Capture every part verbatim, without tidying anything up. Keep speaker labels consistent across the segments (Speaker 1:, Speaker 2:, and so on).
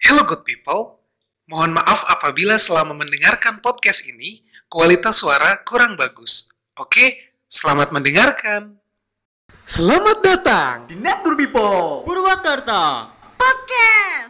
Speaker 1: Hello good people, mohon maaf apabila selama mendengarkan podcast ini, kualitas suara kurang bagus. Oke, selamat mendengarkan. Selamat datang
Speaker 2: di Nature People
Speaker 3: Purwakarta
Speaker 4: Podcast.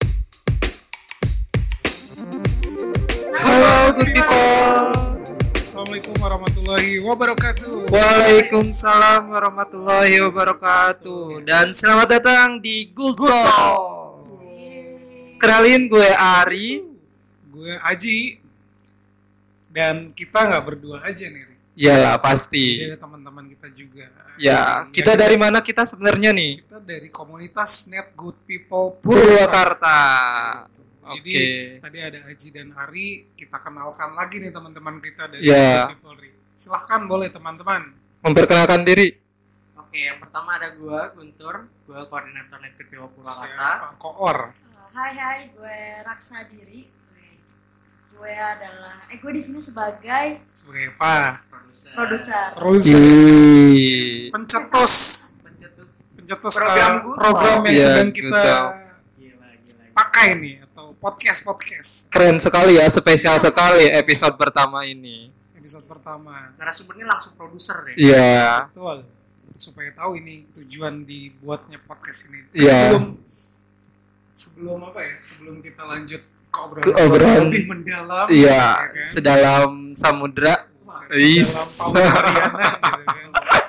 Speaker 1: Halo good people. Assalamualaikum warahmatullahi wabarakatuh.
Speaker 3: Waalaikumsalam warahmatullahi wabarakatuh. Dan selamat datang di Good Talk. Kenalin, gue Ari.
Speaker 1: Gue Aji. Dan kita nggak berdua aja nih.
Speaker 3: Ya pasti.
Speaker 1: Jadi ada teman-teman kita juga.
Speaker 3: Ya, kita
Speaker 1: ya,
Speaker 3: dari mana kita sebenarnya nih?
Speaker 1: Kita dari komunitas Net Good People
Speaker 3: Purwakarta.
Speaker 1: Jadi
Speaker 3: Oke.
Speaker 1: tadi ada Aji dan Ari, kita kenalkan lagi nih teman-teman kita dari
Speaker 3: Ya.
Speaker 1: Good People. Silahkan boleh teman-teman.
Speaker 3: Memperkenalkan diri.
Speaker 2: Oke, yang pertama ada gue, Guntur. Gue koordinator Net People Purwakarta.
Speaker 1: Saya Pak Koor.
Speaker 4: Hai hai, gue Raksa Diri. Gue adalah, eh gue di sini sebagai
Speaker 1: Sebagai apa?
Speaker 2: Produser.
Speaker 4: produser.
Speaker 1: Terus
Speaker 3: Ih.
Speaker 1: pencetus
Speaker 2: Pencetus.
Speaker 1: pencetus
Speaker 2: Program
Speaker 1: uh,
Speaker 2: Good
Speaker 1: program
Speaker 3: Talk.
Speaker 1: yang
Speaker 3: Iya,
Speaker 1: sedang
Speaker 3: Good
Speaker 1: kita
Speaker 3: Talk.
Speaker 2: Gila, gila.
Speaker 1: pakai nih atau podcast-podcast
Speaker 3: Keren sekali ya, spesial sekali episode pertama ini.
Speaker 1: episode pertama.
Speaker 2: Narasumbernya langsung produser ya.
Speaker 3: Iya.
Speaker 1: Betul. Supaya tahu ini tujuan dibuatnya podcast ini.
Speaker 3: Iya.
Speaker 1: Sebelum sebelum apa ya? Sebelum kita lanjut ke obrolan,
Speaker 3: Ke obrolan.
Speaker 1: lebih mendalam.
Speaker 3: Iya,
Speaker 1: ya kan?
Speaker 3: sedalam samudra.
Speaker 1: Wah,
Speaker 3: Is.
Speaker 1: sedalam Paul Mariana gitu kan.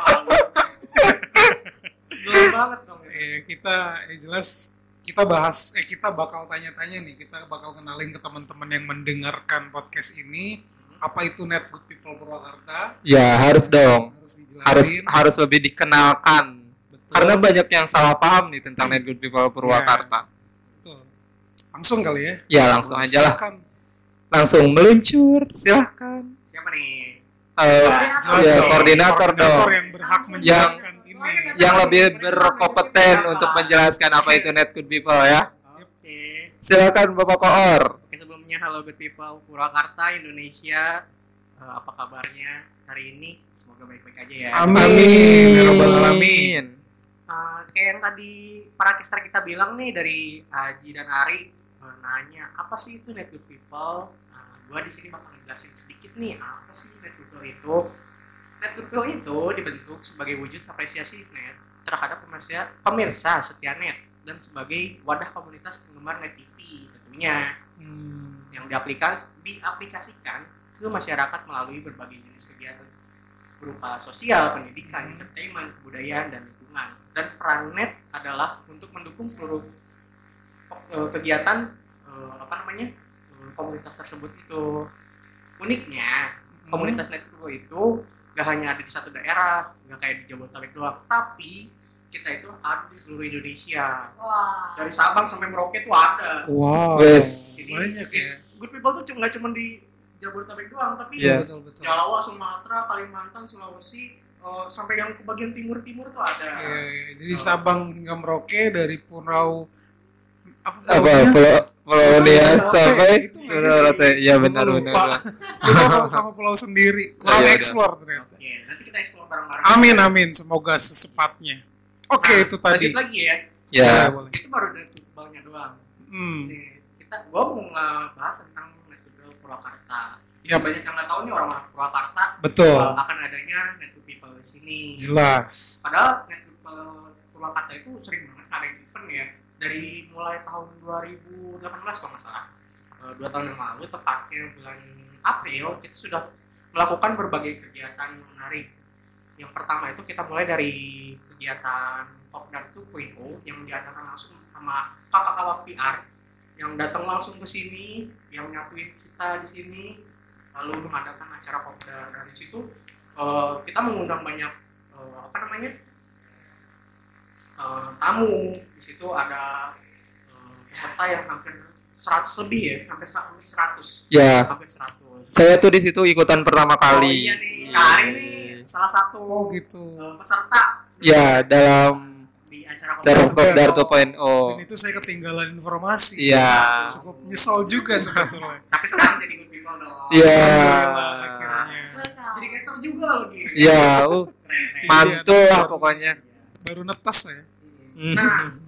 Speaker 2: Belum banget dong. Ya.
Speaker 1: Eh, kita eh, jelas kita bahas eh kita bakal tanya-tanya nih, kita bakal kenalin ke teman-teman yang mendengarkan podcast ini apa itu Net Good People Purwakarta.
Speaker 3: Ya, harus dong.
Speaker 1: Harus dijelasin.
Speaker 3: Harus harus lebih dikenalkan.
Speaker 1: Betul.
Speaker 3: Karena banyak yang salah paham nih tentang Net Good People Purwakarta.
Speaker 1: Betul. Langsung kali ya.
Speaker 3: Ya, langsung aja lah.
Speaker 1: Silakan.
Speaker 3: Langsung meluncur. Silahkan.
Speaker 2: Siapa nih?
Speaker 3: Eh,
Speaker 4: Koordinator.
Speaker 3: ya,
Speaker 1: dong.
Speaker 3: koordinator dong.
Speaker 1: yang berhak
Speaker 4: Langsung.
Speaker 1: menjelaskan ini.
Speaker 3: Yang lebih berkompeten untuk menjelaskan apa itu Net Good People ya.
Speaker 2: Oke.
Speaker 3: Silakan Bapak Koor.
Speaker 2: Oke, sebelumnya halo Good People Purwakarta, Indonesia. Eh, apa kabarnya hari ini? Semoga baik-baik aja ya.
Speaker 1: Amin. Ya Rabbal alamin.
Speaker 2: Uh, kayak yang tadi para caster kita bilang nih dari Aji dan Ari uh, nanya apa sih itu Net Good People. Nah, gue di sini bakal ngejelasin sedikit nih apa sih Net Good People itu. Net Good People itu dibentuk sebagai wujud apresiasi Net terhadap pemirsa, pemirsa setia Net dan sebagai wadah komunitas penggemar Net T V tentunya
Speaker 1: Hmm.
Speaker 2: yang diaplikas, diaplikasikan ke masyarakat melalui berbagai jenis kegiatan berupa sosial, pendidikan, entertainment, kebudayaan, dan lingkungan. Dan peran Net adalah untuk mendukung seluruh ke- kegiatan eh, apa namanya eh, komunitas tersebut itu. Uniknya komunitas Net itu gak hanya ada di satu daerah, gak kayak di Jabodetabek doang, tapi kita itu ada di seluruh Indonesia.
Speaker 4: Wah.
Speaker 2: Dari Sabang sampai Merauke tuh ada.
Speaker 1: Wow.
Speaker 3: Wes.
Speaker 2: Jadi
Speaker 1: Banyak ya.
Speaker 2: Good People tuh cuma nggak cuma di Jabodetabek doang, tapi
Speaker 3: Iya.
Speaker 1: Betul betul.
Speaker 2: Jawa, Sumatera, Kalimantan, Sulawesi, eh, sampai yang ke bagian timur-timur tuh ada.
Speaker 1: Iya, iya. Jadi Sabang hingga Merauke dari pulau apa
Speaker 3: Apa
Speaker 1: pulaunya?
Speaker 3: pulau pulau dia
Speaker 1: Pulau
Speaker 3: sampai
Speaker 1: Itu nggak sih?
Speaker 3: Pulau Rote. Ya benar
Speaker 1: Lupa.
Speaker 3: benar.
Speaker 1: Pulau sama pulau sendiri. Kurang
Speaker 3: Iya, udah.
Speaker 1: explore ternyata.
Speaker 2: Oke, nanti kita explore bareng-bareng.
Speaker 1: Amin amin, semoga secepatnya. Oke,
Speaker 2: Nah,
Speaker 1: itu tadi.
Speaker 2: lanjut lagi ya.
Speaker 3: Ya.
Speaker 1: Boleh, boleh.
Speaker 2: Itu baru dari Good doang.
Speaker 1: Hmm.
Speaker 2: Nih, kita gua mau ngebahas tentang Net Good People Purwakarta.
Speaker 1: Ya.
Speaker 2: Banyak yang nggak tahu nih orang-orang Purwakarta
Speaker 1: Betul.
Speaker 2: eh, akan adanya Net Good People di sini.
Speaker 1: Jelas.
Speaker 2: Padahal Net Good People Purwakarta itu sering banget ngadain event ya. Dari mulai tahun dua ribu delapan belas kalau nggak salah. Eh, Dua tahun yang lalu, tepatnya bulan April, kita sudah melakukan berbagai kegiatan menarik. Yang pertama itu kita mulai dari kegiatan Popdar dua titik nol yang diadakan langsung sama kakak-kakak P R yang datang langsung ke sini, yang nyatuin kita di sini, lalu mengadakan acara Popdar. Dari situ eh, kita mengundang banyak eh, apa namanya eh, tamu. Di situ ada eh, peserta yang hampir seratus lebih ya, hampir hampir seratus,
Speaker 3: Ya.
Speaker 2: hampir seratus.
Speaker 3: Saya tuh di situ ikutan pertama kali.
Speaker 2: Oh iya nih, Kak Ari nih salah satu
Speaker 1: Oh gitu.
Speaker 2: eh, peserta
Speaker 3: Ya, dalam
Speaker 2: di acara
Speaker 3: Dalam
Speaker 2: Kopdar.
Speaker 3: Kopdar dua titik nol.
Speaker 1: Dan itu saya ketinggalan informasi.
Speaker 3: Iya.
Speaker 1: Cukup nyesel juga sebetulnya.
Speaker 2: Tapi sekarang jadi Good People dong.
Speaker 3: Iya.
Speaker 1: Alhamdulillah, akhirnya.
Speaker 4: Welcome.
Speaker 2: Jadi caster juga lagi.
Speaker 3: Ya, uh,
Speaker 2: Keren-keren.
Speaker 3: mantul lah pokoknya.
Speaker 1: Baru netes saya.
Speaker 3: Hmm.
Speaker 2: Nah,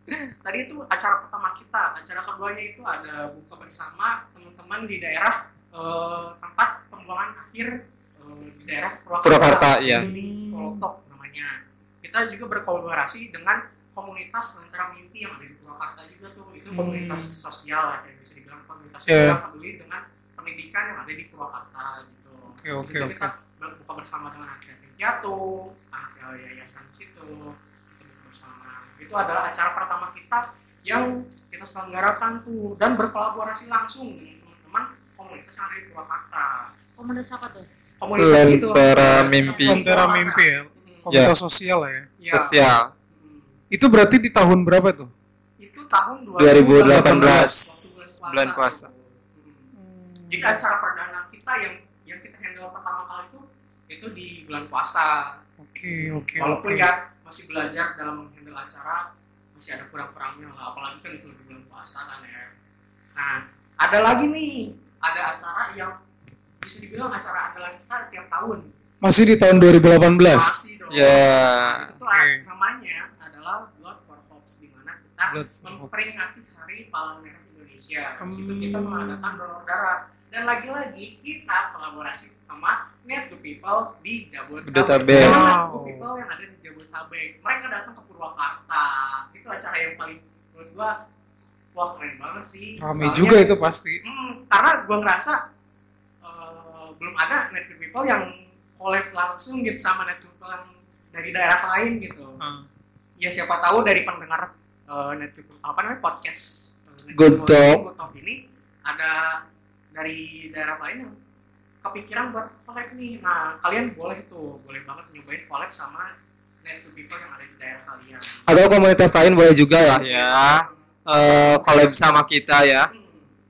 Speaker 2: tadi itu acara pertama kita. Acara keduanya itu ada buka bersama teman-teman di daerah eh, tempat pembuangan akhir eh, di daerah Purwakarta,
Speaker 3: Purwakarta, iya.
Speaker 2: Ini Colotok namanya. Kita juga berkolaborasi dengan komunitas Lentera Mimpi yang ada di Purwakarta juga tuh. Itu komunitas sosial lah, yang bisa dibilang komunitas sosial
Speaker 1: Yeah.
Speaker 2: yang peduli dengan pendidikan yang ada di Purwakarta gitu.
Speaker 1: Oke, oke,
Speaker 2: Jadi
Speaker 1: oke.
Speaker 2: kita buka bersama dengan anak yatim piatu, anak yayasan situ, kita buka bersama. Itu adalah acara pertama kita yang kita selenggarakan tuh dan berkolaborasi langsung dengan teman-teman komunitas yang ada di Purwakarta.
Speaker 4: Komunitas apa tuh?
Speaker 2: Komunitas itu
Speaker 3: Lentera Mimpi.
Speaker 1: Lentera Mimpi ya,
Speaker 2: Hmm.
Speaker 1: komunitas sosial lah ya.
Speaker 2: Ya.
Speaker 3: Sosial.
Speaker 2: Hmm.
Speaker 1: Itu berarti di tahun berapa tuh?
Speaker 2: Itu tahun
Speaker 3: dua ribu delapan belas.
Speaker 2: waktu
Speaker 3: Bulan puasa.
Speaker 2: Hmm. Jadi acara perdana kita yang yang kita handle pertama kali itu itu di bulan puasa.
Speaker 1: Oke, oke,
Speaker 2: Walaupun
Speaker 1: oke.
Speaker 2: ya masih belajar dalam handle acara masih ada kurang-kurangnya lah, apalagi kan itu di bulan puasa kan ya. Nah, ada lagi nih, ada acara yang bisa dibilang acara andalan kita tiap tahun.
Speaker 1: Masih di tahun dua ribu delapan belas.
Speaker 2: Masih dong.
Speaker 3: Ya.
Speaker 2: Itu tuh
Speaker 1: Oke.
Speaker 2: namanya adalah Blood for Hope, di mana kita
Speaker 1: Blood for Hope.
Speaker 2: memperingati Hari Palang Merah Indonesia. Di situ
Speaker 1: Hmm.
Speaker 2: kita mengadakan donor darah dan lagi-lagi kita kolaborasi sama Net to People di Jabodetabek.
Speaker 3: Jabodetabek.
Speaker 2: Dengan Net to
Speaker 1: Wow.
Speaker 2: People yang ada di Jabodetabek. Mereka datang ke Purwakarta. Itu acara yang paling menurut gua wah keren banget sih.
Speaker 1: Rame
Speaker 2: Soalnya-
Speaker 1: juga itu pasti.
Speaker 2: Hmm, karena gua ngerasa eh, belum ada Net to People yang collab langsung gitu sama Net to People yang dari daerah lain gitu.
Speaker 1: Ah.
Speaker 2: Ya siapa tahu dari pendengar eh, Net to People apa namanya podcast eh, Net to
Speaker 3: Good
Speaker 2: People ini,
Speaker 3: Talk.
Speaker 2: Good Talk ini ada dari daerah lain yang kepikiran buat collab nih. Nah, kalian boleh tuh, boleh banget nyobain collab sama Net to People yang ada di daerah kalian.
Speaker 3: Atau komunitas lain boleh juga lah ya. Eh, collab sama kita ya.
Speaker 2: Hmm.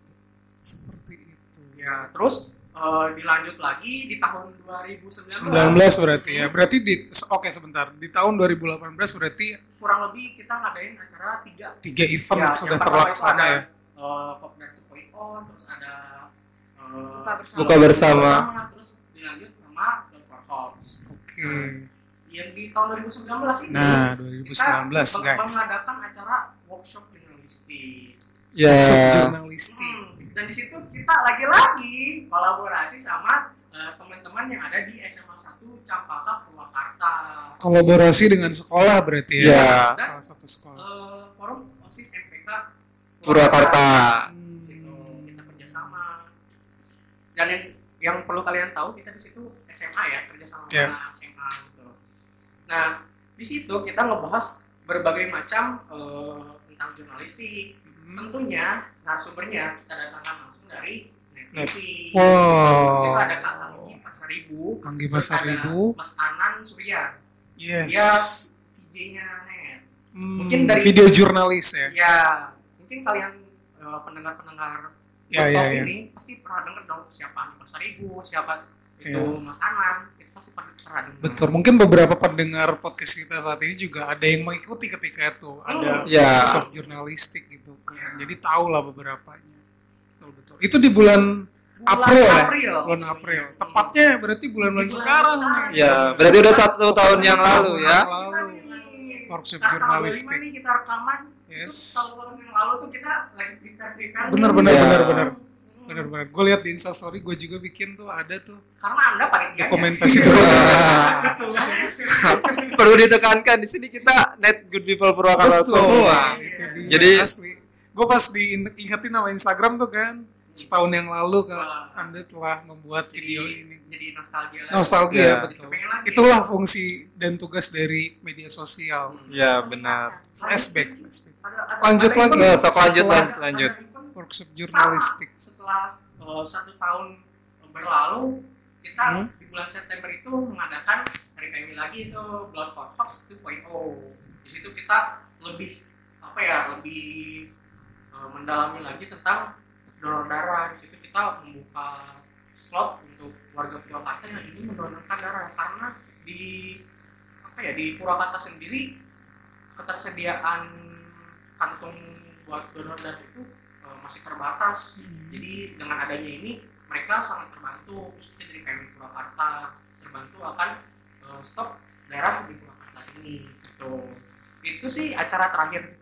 Speaker 1: Seperti itu.
Speaker 2: Ya, terus eh, dilanjut lagi di tahun dua ribu sembilan belas.
Speaker 1: sembilan belas berarti ya. Berarti di oke sebentar. Di tahun dua ribu delapan belas berarti
Speaker 2: Kurang lebih kita ngadain acara tiga.
Speaker 1: tiga event
Speaker 2: Ya,
Speaker 1: sudah
Speaker 2: yang pertama itu
Speaker 1: terlaksana
Speaker 2: ada,
Speaker 1: ya.
Speaker 2: eh, Popdar dua titik nol, terus ada eh,
Speaker 4: Buka bersama.
Speaker 3: Buka bersama.
Speaker 2: terus dilanjut sama Blood for Hope.
Speaker 1: Oke.
Speaker 2: Yang di tahun dua ribu sembilan belas ini
Speaker 1: Nah, dua ribu sembilan belas
Speaker 2: kita
Speaker 1: guys.
Speaker 2: mengadakan acara workshop jurnalistik.
Speaker 3: Ya.
Speaker 1: Workshop jurnalistik.
Speaker 2: Hmm, dan di situ kita lagi-lagi kolaborasi sama eh, teman-teman yang ada di S M A satu Campaka Purwakarta.
Speaker 1: Kolaborasi dengan sekolah berarti ya.
Speaker 3: Ya.
Speaker 1: Salah satu sekolah.
Speaker 2: Eh, forum OSIS M P K
Speaker 3: Purwakarta.
Speaker 1: Hmm.
Speaker 2: Di situ kita kerjasama. Dan yang, yang perlu kalian tahu kita di situ S M A ya, kerjasama
Speaker 1: Ya.
Speaker 2: sama S M A gitu. Nah, di situ kita ngebahas berbagai macam eh, tentang jurnalistik.
Speaker 1: Hmm.
Speaker 2: Tentunya narasumbernya kita datangkan langsung dari Net T V.
Speaker 1: Wow.
Speaker 2: Di situ ada Kak Anggi Pasaribu,
Speaker 1: Anggi
Speaker 2: terus
Speaker 1: Pasaribu.
Speaker 2: ada Mas Anan Surya.
Speaker 1: Yes.
Speaker 2: Dia V J-nya Net.
Speaker 1: Hmm,
Speaker 2: mungkin dari-
Speaker 1: video jurnalis ya.
Speaker 2: Ya, mungkin kalian eh, pendengar-pendengar
Speaker 1: Ya,
Speaker 2: Top
Speaker 1: ya, ya.
Speaker 2: ini pasti pernah denger dong siapa Anggi Pasaribu, siapa itu
Speaker 1: Ya.
Speaker 2: Mas Anan, itu pasti pernah pernah denger.
Speaker 1: Betul. Mungkin beberapa pendengar podcast kita saat ini juga ada yang mengikuti ketika itu ada
Speaker 2: Hmm.
Speaker 3: Ya.
Speaker 1: workshop jurnalistik gitu kan.
Speaker 2: Ya.
Speaker 1: Jadi tahu lah beberapanya. Betul betul. Itu di bulan
Speaker 2: Bulan
Speaker 1: April, ya?
Speaker 2: April.
Speaker 1: Bulan April. Tepatnya berarti bulan-bulan
Speaker 2: Di bulan
Speaker 1: sekarang.
Speaker 2: sekarang.
Speaker 1: nih.
Speaker 3: Ya, berarti udah satu tahun yang lalu ya.
Speaker 2: Kita nih,
Speaker 1: Workshop
Speaker 2: pas tanggal
Speaker 1: jurnalistik.
Speaker 2: dua puluh lima nih kita rekaman.
Speaker 1: Yes.
Speaker 2: Itu tahun yang lalu tuh kita lagi prepare-prepare.
Speaker 1: Bener
Speaker 2: nih.
Speaker 1: bener
Speaker 3: Ya.
Speaker 1: bener bener.
Speaker 2: Hmm.
Speaker 1: Bener-bener. Gue lihat di Instastory gue juga bikin tuh ada tuh
Speaker 2: Karena Anda panitia.
Speaker 1: dokumentasi.
Speaker 3: Perlu ditekankan di sini kita net good people Purwakarta semua.
Speaker 1: Itu dia,
Speaker 3: Jadi-
Speaker 1: asli. Gue pas diingetin nama Instagram tuh kan setahun yang lalu kan
Speaker 2: Wah.
Speaker 1: Anda telah membuat
Speaker 2: Jadi,
Speaker 1: video ini.
Speaker 2: jadi nostalgia lagi.
Speaker 1: Nostalgia
Speaker 3: Ya.
Speaker 1: betul.
Speaker 2: Pengen lagi.
Speaker 1: Itulah fungsi dan tugas dari media sosial.
Speaker 2: Hmm.
Speaker 3: Ya, benar.
Speaker 1: Flashback, flashback.
Speaker 2: Ada- ada-
Speaker 1: Lanjut
Speaker 2: ada
Speaker 1: lagi.
Speaker 2: event-
Speaker 3: Ya, sok lanjut,
Speaker 2: ada-
Speaker 3: lanjut,
Speaker 2: ada
Speaker 3: lanjut.
Speaker 2: event
Speaker 1: Workshop
Speaker 2: sama,
Speaker 1: jurnalistik.
Speaker 2: setelah uh, satu tahun berlalu kita
Speaker 1: Hmm.
Speaker 2: di bulan September itu mengadakan hari P M I lagi itu Blood for Hope dua titik nol. Di situ kita lebih apa ya lebih uh, mendalami lagi tentang donor darah. Di situ kita membuka slot untuk warga Purwakarta yang ingin mendonorkan darah karena di apa ya di Purwakarta sendiri ketersediaan kantung buat donor darah itu uh, masih terbatas. Jadi dengan adanya ini mereka sangat terbantu, khususnya dari P M I Purwakarta terbantu akan uh, stok darah di Purwakarta ini. Gitu. Itu sih acara terakhir kita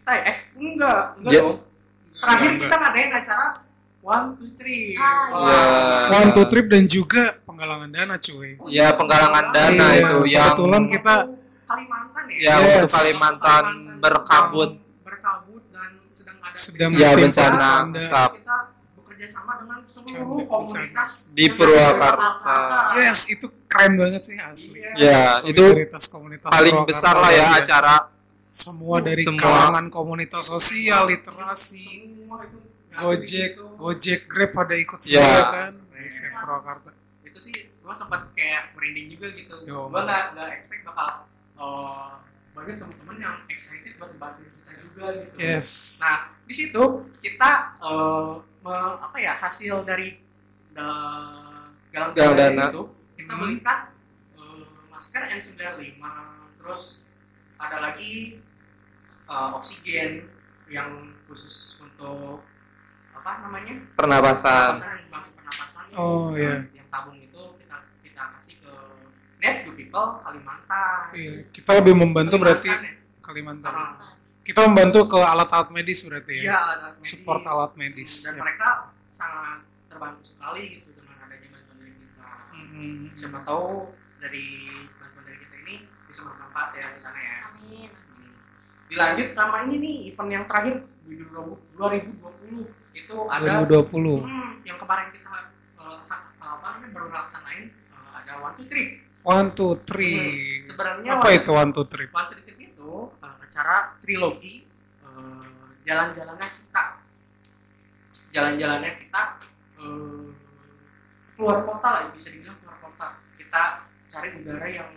Speaker 2: kita eh enggak enggak
Speaker 3: Ya.
Speaker 2: dong. Terakhir
Speaker 1: Enggak.
Speaker 2: kita ngadain acara one two three.
Speaker 4: Ah,
Speaker 2: Wah.
Speaker 3: iya.
Speaker 1: One to trip dan juga penggalangan dana cuy.
Speaker 2: Oh,
Speaker 3: Ya, penggalangan dana
Speaker 1: Iya,
Speaker 3: itu yang
Speaker 1: kebetulan kita
Speaker 2: Kalimantan ya.
Speaker 3: ya
Speaker 1: Yes.
Speaker 3: untuk Kalimantan berkabut
Speaker 2: sedang berkabut dan sedang ada
Speaker 1: sedang
Speaker 3: Ya,
Speaker 1: mentimpa
Speaker 3: bencana
Speaker 1: bencana.
Speaker 3: asap.
Speaker 2: kita bekerja sama dengan seluruh
Speaker 1: Cantik,
Speaker 2: komunitas
Speaker 3: Di
Speaker 2: yang ada
Speaker 3: Purwakarta.
Speaker 1: Yes, itu keren banget sih asli.
Speaker 2: Iya.
Speaker 3: Ya, itu
Speaker 1: Solidaritas komunitas
Speaker 3: paling
Speaker 1: Purwakarta
Speaker 3: besar lah ya
Speaker 1: luar biasa.
Speaker 3: acara.
Speaker 1: Semua dari
Speaker 3: Semua.
Speaker 1: kalangan komunitas sosial, literasi,
Speaker 2: Semua itu yang ada di
Speaker 1: Gojek,
Speaker 2: situ.
Speaker 1: Gojek, Grab pada ikut
Speaker 3: Ya.
Speaker 1: semua kan. Buset, Purwakarta.
Speaker 2: Itu sih gua sempat kayak merinding juga gitu.
Speaker 1: Yo,
Speaker 2: Gua nggak nggak expect bakal eh, banyak teman-teman yang excited buat bantuin kita juga gitu.
Speaker 1: Yes.
Speaker 2: Nah, di situ kita eh, me- apa ya hasil dari eh, galang
Speaker 3: Galang
Speaker 2: dana
Speaker 3: dana.
Speaker 2: itu kita
Speaker 1: Hmm.
Speaker 2: belikan eh, masker N sembilan puluh lima, terus ada lagi eh, oksigen yang khusus untuk apa namanya
Speaker 3: Pernapasan.
Speaker 2: pernapasan yang bantu pernapasan.
Speaker 1: Oh,
Speaker 2: Nah,
Speaker 1: iya.
Speaker 2: yang tabung itu kita kita kasih ke Net Good People Kalimantan.
Speaker 1: Iya, kita lebih membantu berarti
Speaker 2: Kalimantan ya?
Speaker 1: Kalimantan.
Speaker 2: Ah.
Speaker 1: Kita membantu ke alat-alat medis berarti ya.
Speaker 2: Iya, alat medis.
Speaker 1: Support alat medis.
Speaker 2: Dan
Speaker 1: Ya.
Speaker 2: mereka sangat terbantu sekali gitu dengan adanya bantuan dari kita.
Speaker 1: Mm.
Speaker 2: Siapa tahu dari bantuan dari kita ini bisa bermanfaat ya di sana ya.
Speaker 4: Amin.
Speaker 2: Hmm. Dilanjut sama ini nih event yang terakhir di dua ribu dua puluh itu
Speaker 1: dua
Speaker 2: ada
Speaker 1: ribu dua puluh.
Speaker 2: hmm, yang kemarin kita uh, ha- apa namanya baru laksanain uh, ada one two three.
Speaker 1: One, two, three.
Speaker 2: Sebenarnya
Speaker 1: Apa
Speaker 2: one-
Speaker 1: itu one, two, three?
Speaker 2: One two three itu uh, acara trilogi uh, jalan-jalannya kita jalan-jalannya kita uh, keluar kota lah bisa dibilang keluar kota. Kita cari negara yang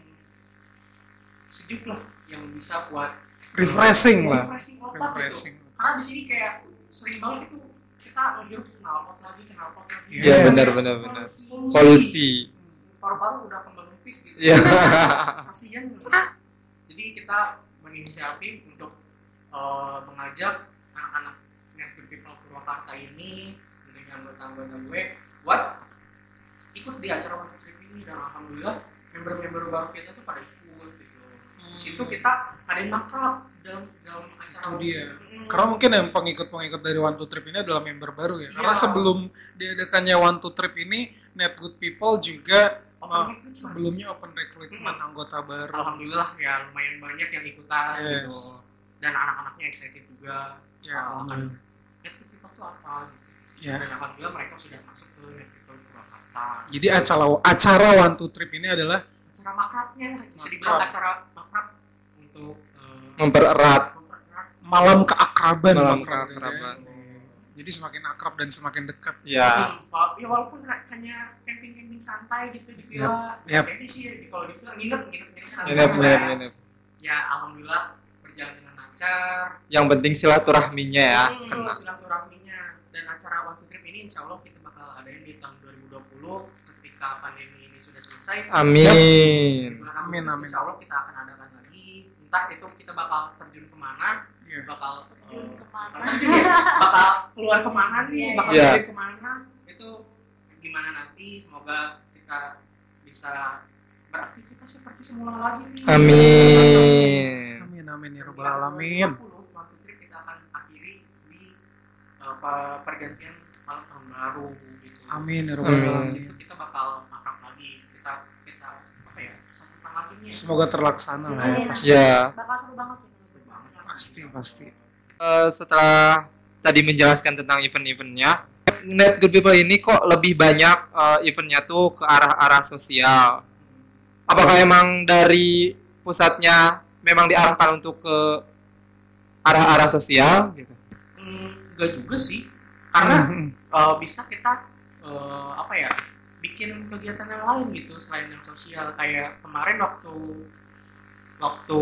Speaker 2: sejuk lah yang bisa buat
Speaker 1: Refreshing lah.
Speaker 2: refreshing otak
Speaker 1: Refreshing.
Speaker 2: gitu. Karena di sini kayak sering banget itu kita ngehirup knalpot lagi knalpot lagi.
Speaker 1: Yes.
Speaker 3: Ya benar benar benar.
Speaker 4: Polusi.
Speaker 3: Polusi.
Speaker 2: Paru-paru udah kembang nipis gitu.
Speaker 3: Iya.
Speaker 2: Kasian. Jadi kita menginisiatif untuk eh, mengajak anak-anak Native People Purwakarta ini dengan anggota-anggota gue buat ikut di acara One Trip ini dan alhamdulillah member-member baru kita tuh pada ikut gitu. Di situ kita ngadain makrab dalam dalam acara
Speaker 1: Itu dia.
Speaker 2: Mm.
Speaker 1: Karena mungkin yang pengikut-pengikut dari One Two Trip ini adalah member baru ya.
Speaker 2: Iya.
Speaker 1: Karena sebelum diadakannya One Two Trip ini, Net Good People juga
Speaker 2: Open
Speaker 1: uh,
Speaker 2: recruitment.
Speaker 1: sebelumnya open recruitment
Speaker 2: Mm-mm.
Speaker 1: anggota baru.
Speaker 2: Alhamdulillah ya lumayan banyak yang ikutan
Speaker 1: Yes.
Speaker 2: gitu dan anak-anaknya excited juga
Speaker 1: Ya,
Speaker 2: soal akan
Speaker 1: alhamdulillah.
Speaker 2: Net People itu apa gitu.
Speaker 1: Ya.
Speaker 2: Dan alhamdulillah mereka sudah masuk ke Net People Purwakarta.
Speaker 1: Jadi acara acara One Two Trip ini adalah
Speaker 2: Acara makrabnya bisa dibilang
Speaker 1: Makrab.
Speaker 2: acara makrab untuk eh,
Speaker 3: Mempererat.
Speaker 2: mempererat.
Speaker 1: malam keakraban.
Speaker 3: Malam
Speaker 1: makrab,
Speaker 3: keakraban.
Speaker 1: ya. Jadi semakin akrab dan semakin dekat.
Speaker 3: Ya.
Speaker 2: Hmm, wa- ya walaupun ha- hanya camping-camping santai gitu di villa.
Speaker 1: Yap.
Speaker 2: Kayak ini sih di- kalau di villa nginep nginep nginep santai.
Speaker 3: Nginep nginep nginep.
Speaker 2: Ya alhamdulillah berjalan dengan lancar.
Speaker 3: Yang penting silaturahminya ya.
Speaker 2: Hmm,
Speaker 3: Kena.
Speaker 2: silaturahminya dan acara One Two Trip ini insya Allah kita bakal adain di tahun dua ribu dua puluh ketika pandemi ini sudah selesai.
Speaker 3: Amin.
Speaker 2: Bulan
Speaker 1: Amin,
Speaker 2: Agustus,
Speaker 1: amin.
Speaker 2: insya Allah kita akan adakan lagi. Entah itu kita bakal terjun kemana,
Speaker 1: Iya.
Speaker 2: bakal
Speaker 4: Terjun
Speaker 2: eh,
Speaker 4: kemana?
Speaker 2: terjun ya, bakal keluar kemana nih, bakal
Speaker 3: Iya.
Speaker 2: terjun kemana itu gimana nanti. Semoga kita bisa beraktivitas seperti semula lagi nih.
Speaker 3: Amin.
Speaker 1: Amin amin ya rabbal alamin.
Speaker 2: dua ribu dua puluh, One Two Trip kita akan akhiri di eh, pe- pergantian malam tahun baru gitu.
Speaker 1: Amin ya rabbal
Speaker 3: Amin.
Speaker 1: alamin.
Speaker 2: Itu kita bakal makan lagi. Kita kita apa ya? Satukan lagi nih.
Speaker 1: Semoga terlaksana lah ya.
Speaker 4: Amin.
Speaker 1: Pasti.
Speaker 3: Ya.
Speaker 4: Bakal seru banget sih.
Speaker 2: Seru banget.
Speaker 1: Pasti pasti.
Speaker 3: Eh, setelah tadi menjelaskan tentang event-eventnya, Net Good People ini kok lebih banyak eh, eventnya tuh ke arah-arah sosial. Apakah emang dari pusatnya memang diarahkan untuk ke arah-arah sosial gitu?
Speaker 2: Hmm, enggak juga sih. Karena
Speaker 1: Hmm.
Speaker 2: eh, bisa kita eh, apa ya? Bikin kegiatan yang lain gitu selain yang sosial. Kayak kemarin waktu waktu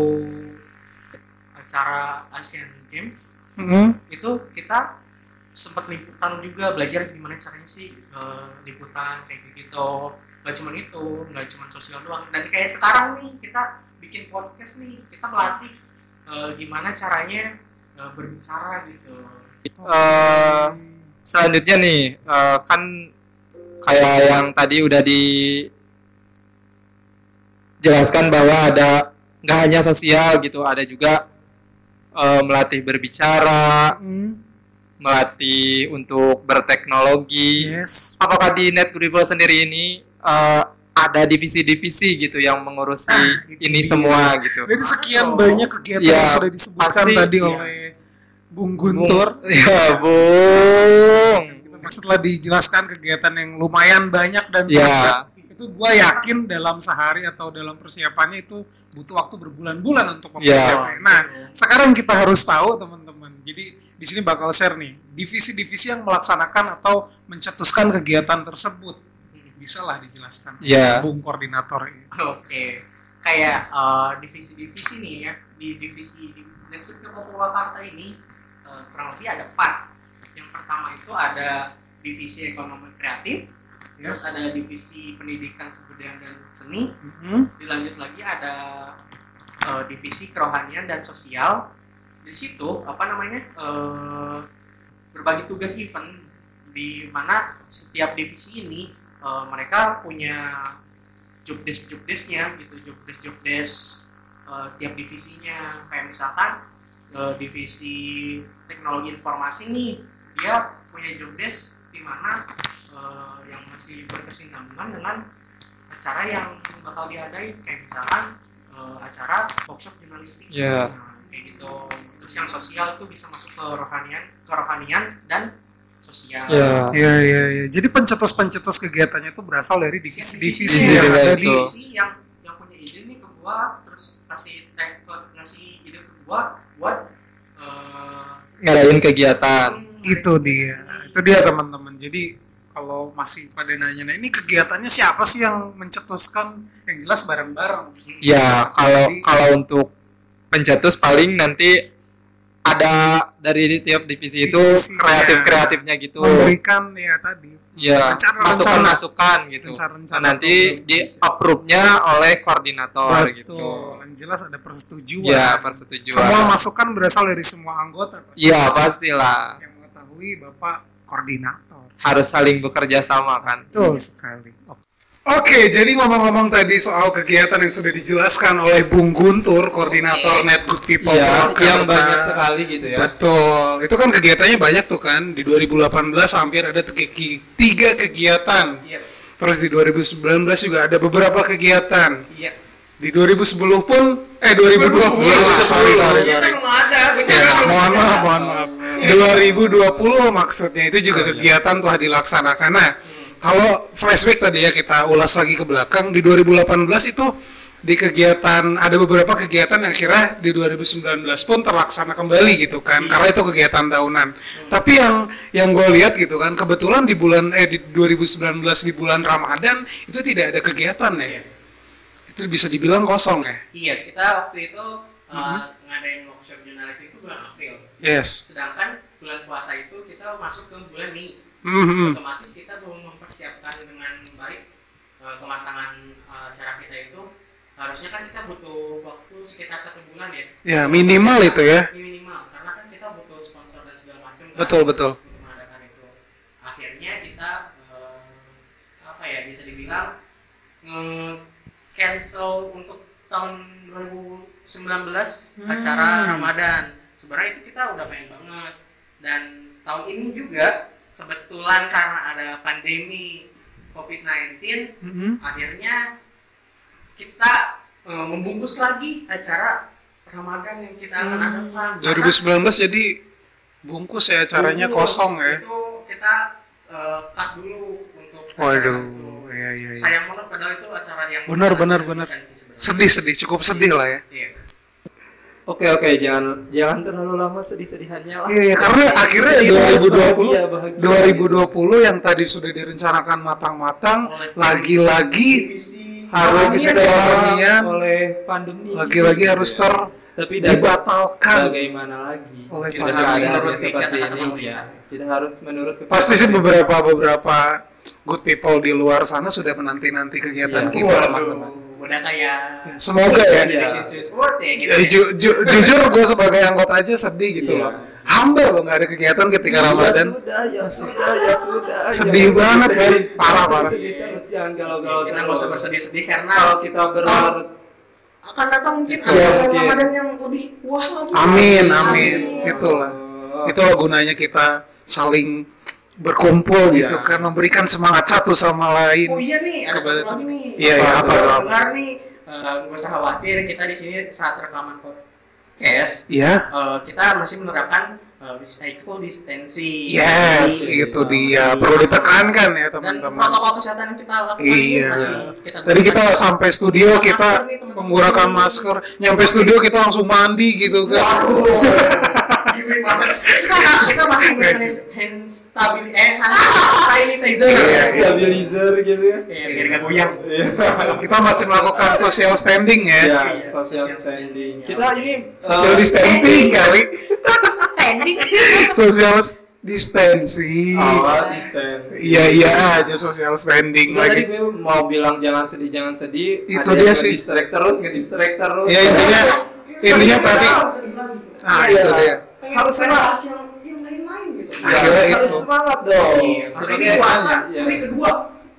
Speaker 2: acara Asian Games
Speaker 1: Hmm.
Speaker 2: itu kita sempat liputan juga, belajar gimana caranya sih eh, liputan kayak gitu. Gak cuma itu, gak cuma sosial doang. Dan kayak sekarang nih kita bikin podcast nih, kita melatih eh, gimana caranya eh, berbicara gitu.
Speaker 3: Eh, selanjutnya nih eh, kan kayak yang tadi udah dijelaskan bahwa ada nggak hanya sosial gitu, ada juga eh, melatih berbicara,
Speaker 1: Hmm,
Speaker 3: melatih untuk berteknologi.
Speaker 1: yes.
Speaker 3: Apakah di Net Good People sendiri ini eh, ada divisi-divisi gitu yang mengurusi
Speaker 1: itu
Speaker 3: ini
Speaker 1: dia.
Speaker 3: semua gitu?
Speaker 1: Dari sekian banyak kegiatan
Speaker 3: Ya,
Speaker 1: yang sudah disebutkan
Speaker 3: pasti,
Speaker 1: tadi
Speaker 3: ya.
Speaker 1: oleh Bung Guntur.
Speaker 3: Ya, Bung.
Speaker 1: Kita setelah dijelaskan kegiatan yang lumayan banyak dan
Speaker 3: Ya.
Speaker 1: padat, itu gue yakin dalam sehari atau dalam persiapannya itu butuh waktu berbulan-bulan untuk
Speaker 3: Ya.
Speaker 1: mempersiapkan. Nah, sekarang kita harus tahu teman-teman. Jadi di sini bakal share nih divisi-divisi yang melaksanakan atau mencetuskan kegiatan tersebut. Bisa lah dijelaskan
Speaker 3: Ya.
Speaker 1: Bung Koordinator ini.
Speaker 2: Oke, kayak eh, divisi-divisi nih ya, di divisi di Network Purwakarta ini eh, kurang lebih ada empat. Yang pertama itu ada divisi ekonomi kreatif,
Speaker 1: Ya.
Speaker 2: terus ada divisi pendidikan kebudayaan dan seni,
Speaker 1: Mhm.
Speaker 2: dilanjut lagi ada eh, divisi kerohanian dan sosial. Di situ apa namanya eh, berbagi tugas event, di mana setiap divisi ini eh, mereka punya job desk job desknya gitu, job desk job desk eh, tiap divisinya. Kayak misalkan eh, divisi teknologi informasi nih, dia punya job desk di mana eh, yang masih berkesinambungan dengan acara yang bakal diadain, kayak misalkan eh, acara workshop jurnalistik.
Speaker 3: Ya.
Speaker 2: Nah, kayak gitu. Terus yang sosial itu bisa masuk ke rohanian, kerohanian dan sosial.
Speaker 3: Ya.
Speaker 1: Iya, iya, iya. Jadi pencetus-pencetus kegiatannya itu berasal dari divisi-divisi
Speaker 3: Divisi
Speaker 1: yang
Speaker 3: dari
Speaker 1: ada
Speaker 3: itu.
Speaker 1: di
Speaker 2: divisi yang yang punya ide nih ke gua, terus kasih tag ngasih ide ke gua buat eh,
Speaker 3: Ngadain kegiatan.
Speaker 1: itu dia. Itu dia teman-teman. Jadi kalau masih pada nanya, nah ini kegiatannya siapa sih yang mencetuskan? Yang jelas bareng-bareng.
Speaker 3: Ya, kalau
Speaker 1: Jadi-
Speaker 3: kalau untuk pencetus paling nanti ada dari tiap divisi itu
Speaker 1: Divisinya.
Speaker 3: kreatif-kreatifnya gitu.
Speaker 1: Memberikan ya tadi.
Speaker 3: Ya,
Speaker 1: rencana-rencana.
Speaker 3: masukan-masukan gitu.
Speaker 1: Rencana-rencana
Speaker 3: Nah, nanti
Speaker 1: program.
Speaker 3: di approve-nya oleh koordinator
Speaker 1: Betul.
Speaker 3: gitu.
Speaker 1: Yang jelas ada persetujuan.
Speaker 3: Ya, persetujuan.
Speaker 1: Semua masukan berasal dari semua anggota. pasti.
Speaker 3: Ya, pastilah.
Speaker 1: Yang mengetahui Bapak koordinator.
Speaker 3: Harus saling bekerja sama kan.
Speaker 1: Betul sekali. Oke, jadi ngomong-ngomong tadi soal kegiatan yang sudah dijelaskan oleh Bung Guntur, koordinator Net Good People
Speaker 3: Iya,
Speaker 1: Purwakarta.
Speaker 3: yang banyak sekali gitu ya.
Speaker 1: Betul. Itu kan kegiatannya banyak tuh kan. Di dua ribu delapan belas hampir ada tiga tiga kegiatan.
Speaker 2: Iya.
Speaker 1: Terus di dua ribu sembilan belas juga ada beberapa kegiatan.
Speaker 2: Iya.
Speaker 1: Di dua ribu sepuluh pun eh dua ribu dua puluh sorry sorry
Speaker 2: Iya,
Speaker 1: sorry.
Speaker 2: kan belum ada.
Speaker 1: Ya, mohon maaf, mohon maaf. dua ribu dua puluh maksudnya itu juga kegiatan telah dilaksanakan. Nah, kalau flashback tadi ya kita ulas lagi ke belakang di dua ribu delapan belas itu di kegiatan ada beberapa kegiatan yang kira di dua ribu sembilan belas pun terlaksana kembali gitu kan karena itu kegiatan tahunan. Tapi yang yang gue lihat gitu kan kebetulan di bulan eh di dua ribu sembilan belas di bulan Ramadan itu tidak ada kegiatan ya. Itu bisa dibilang kosong ya.
Speaker 2: Iya, kita waktu itu uh, ngadain workshop jurnalistik itu bulan April.
Speaker 1: Yes.
Speaker 2: Sedangkan bulan puasa itu kita masuk ke bulan Mei.
Speaker 1: Mhm.
Speaker 2: Otomatis kita belum mempersiapkan dengan baik uh, kematangan uh, cara kita itu. Harusnya kan kita butuh waktu sekitar satu bulan ya.
Speaker 1: Ya minimal itu ya.
Speaker 2: Minimal, karena kan kita butuh sponsor dan segala macam. Kan,
Speaker 1: Betul, betul.
Speaker 2: Untuk mengadakan itu. Akhirnya kita uh, apa ya bisa dibilang nge-cancel untuk tahun dua ribu sembilan belas
Speaker 1: Hmm.
Speaker 2: acara Ramadan. Sebenarnya itu kita udah pengen banget, dan tahun ini juga kebetulan karena ada pandemi covid sembilan belas,
Speaker 1: Mhm.
Speaker 2: akhirnya kita uh, membungkus lagi acara Ramadan yang kita akan
Speaker 1: Hmm.
Speaker 2: adakan.
Speaker 1: dua ribu sembilan belas jadi bungkus ya acaranya
Speaker 2: Bungkus,
Speaker 1: kosong ya.
Speaker 2: Itu kita uh, cut dulu untuk acara
Speaker 1: Waduh,
Speaker 2: itu.
Speaker 1: iya iya iya.
Speaker 2: Sayang banget padahal itu acara yang
Speaker 1: Benar,
Speaker 2: kita
Speaker 1: benar,
Speaker 2: nantikan
Speaker 1: benar.
Speaker 2: sih sebenarnya.
Speaker 1: Sedih sedih cukup sedih lah ya.
Speaker 2: Iya.
Speaker 3: Oke oke, jangan jangan terlalu lama sedih-sedihannya lah.
Speaker 1: Iya, iya, karena akhirnya
Speaker 3: Sedih
Speaker 1: dua
Speaker 3: harus
Speaker 1: ribu dua puluh
Speaker 3: bahagia, bahagia.
Speaker 1: dua ribu dua puluh yang tadi sudah direncanakan matang-matang
Speaker 2: Oleh
Speaker 1: lagi-lagi
Speaker 2: divisi
Speaker 3: Harus
Speaker 1: Kerohanian,
Speaker 3: ditolak
Speaker 1: kerohanian.
Speaker 3: oleh pandemi.
Speaker 1: lagi-lagi harus ter
Speaker 3: Tapi dari
Speaker 1: dibatalkan.
Speaker 3: bagaimana lagi?
Speaker 1: Oleh
Speaker 3: Sudah
Speaker 1: pandemi.
Speaker 3: keadaannya
Speaker 2: Menurut
Speaker 3: seperti
Speaker 2: kata-kata
Speaker 3: ini
Speaker 2: manusia.
Speaker 3: ya. Kita harus menurut
Speaker 1: Pasti sih beberapa beberapa good people di luar sana sudah menanti-nanti kegiatan
Speaker 3: Iya.
Speaker 1: kita
Speaker 2: Waduh,
Speaker 1: teman-teman.
Speaker 2: udah kayak
Speaker 1: Semoga ya.
Speaker 2: Indonesia Choose Word ya gitu.
Speaker 1: Ya, ju- ju- jujur gue sebagai anggota aja sedih gitu
Speaker 3: Iya.
Speaker 1: loh. Hambar loh nggak ada kegiatan ketika Ramadan.
Speaker 3: Ya sudah, ya sudah, ya sudah.
Speaker 1: Sedih
Speaker 3: Jangan
Speaker 1: banget,
Speaker 3: sedih.
Speaker 1: men. Parah,
Speaker 3: Jangan
Speaker 1: parah.
Speaker 3: sedih terus, jangan galau-galau
Speaker 2: Kita nggak usah bersedih-sedih karena
Speaker 3: Kalau kita berlarut
Speaker 2: akan datang mungkin
Speaker 1: Itu.
Speaker 2: ada
Speaker 5: Iya, mungkin.
Speaker 2: Ramadan yang lebih wah lagi.
Speaker 1: Amin, amin.
Speaker 4: Amin.
Speaker 1: Itulah.
Speaker 5: Oh.
Speaker 1: Itulah gunanya kita saling berkumpul
Speaker 5: Iya.
Speaker 1: gitu kan, memberikan semangat satu sama lain.
Speaker 2: Oh iya nih, ada
Speaker 1: Kepada-
Speaker 2: satu lagi nih.
Speaker 1: Iya, iya, apa
Speaker 2: Kalau
Speaker 1: tuh?
Speaker 2: dengar nih, eh, nggak usah khawatir, kita di sini saat rekaman podcast,
Speaker 1: Ya.
Speaker 2: eh, kita masih menerapkan eh, physical distancing.
Speaker 1: Yes,
Speaker 2: Jadi,
Speaker 1: itu
Speaker 2: eh,
Speaker 1: dia.
Speaker 2: jadi-
Speaker 1: Perlu ditekankan ya
Speaker 2: Dan
Speaker 1: teman-teman.
Speaker 2: protokol kesehatan yang kita lakukan ini
Speaker 1: Iya.
Speaker 2: masih kita
Speaker 1: Tadi kita
Speaker 2: gunakan.
Speaker 1: sampai studio
Speaker 2: Masker
Speaker 1: kita
Speaker 2: nih, teman-teman.
Speaker 1: menggunakan masker, nyampe studio kita langsung mandi gitu kan.
Speaker 2: Waduh, gini banget. Kita masih menggunakan hand stabilizer, eh hand sanitizer.
Speaker 1: Iya,
Speaker 5: Stabilizer gitu ya.
Speaker 2: Ya, biar nggak goyang.
Speaker 5: Iya.
Speaker 1: Kita masih melakukan social standing ya.
Speaker 5: Ya,
Speaker 2: Iya,
Speaker 5: social
Speaker 2: social
Speaker 5: standing.
Speaker 2: standing.
Speaker 5: Kita ini
Speaker 1: Social
Speaker 5: eh,
Speaker 1: distancing kali.
Speaker 4: Pending.
Speaker 1: Social distancing.
Speaker 5: Oh, distance.
Speaker 1: Iya iya aja social standing
Speaker 5: Udah tadi
Speaker 1: lagi.
Speaker 5: gue mau bilang jangan sedih, jangan sedih.
Speaker 1: Itu
Speaker 5: Ada
Speaker 1: dia
Speaker 5: yang
Speaker 1: sih.
Speaker 5: nge-distract terus, nge-distract terus.
Speaker 1: Ya intinya intinya tadi. Ah
Speaker 5: Iya.
Speaker 1: itu dia.
Speaker 5: Harus semangat.
Speaker 2: bahas yang yang lain-lain gitu.
Speaker 5: Ya,
Speaker 1: Akhirnya
Speaker 5: harus
Speaker 1: itu.
Speaker 5: semangat dong.
Speaker 2: Iya, karena
Speaker 5: Sebagai
Speaker 2: ini puasa,
Speaker 5: ya.
Speaker 2: hari kedua.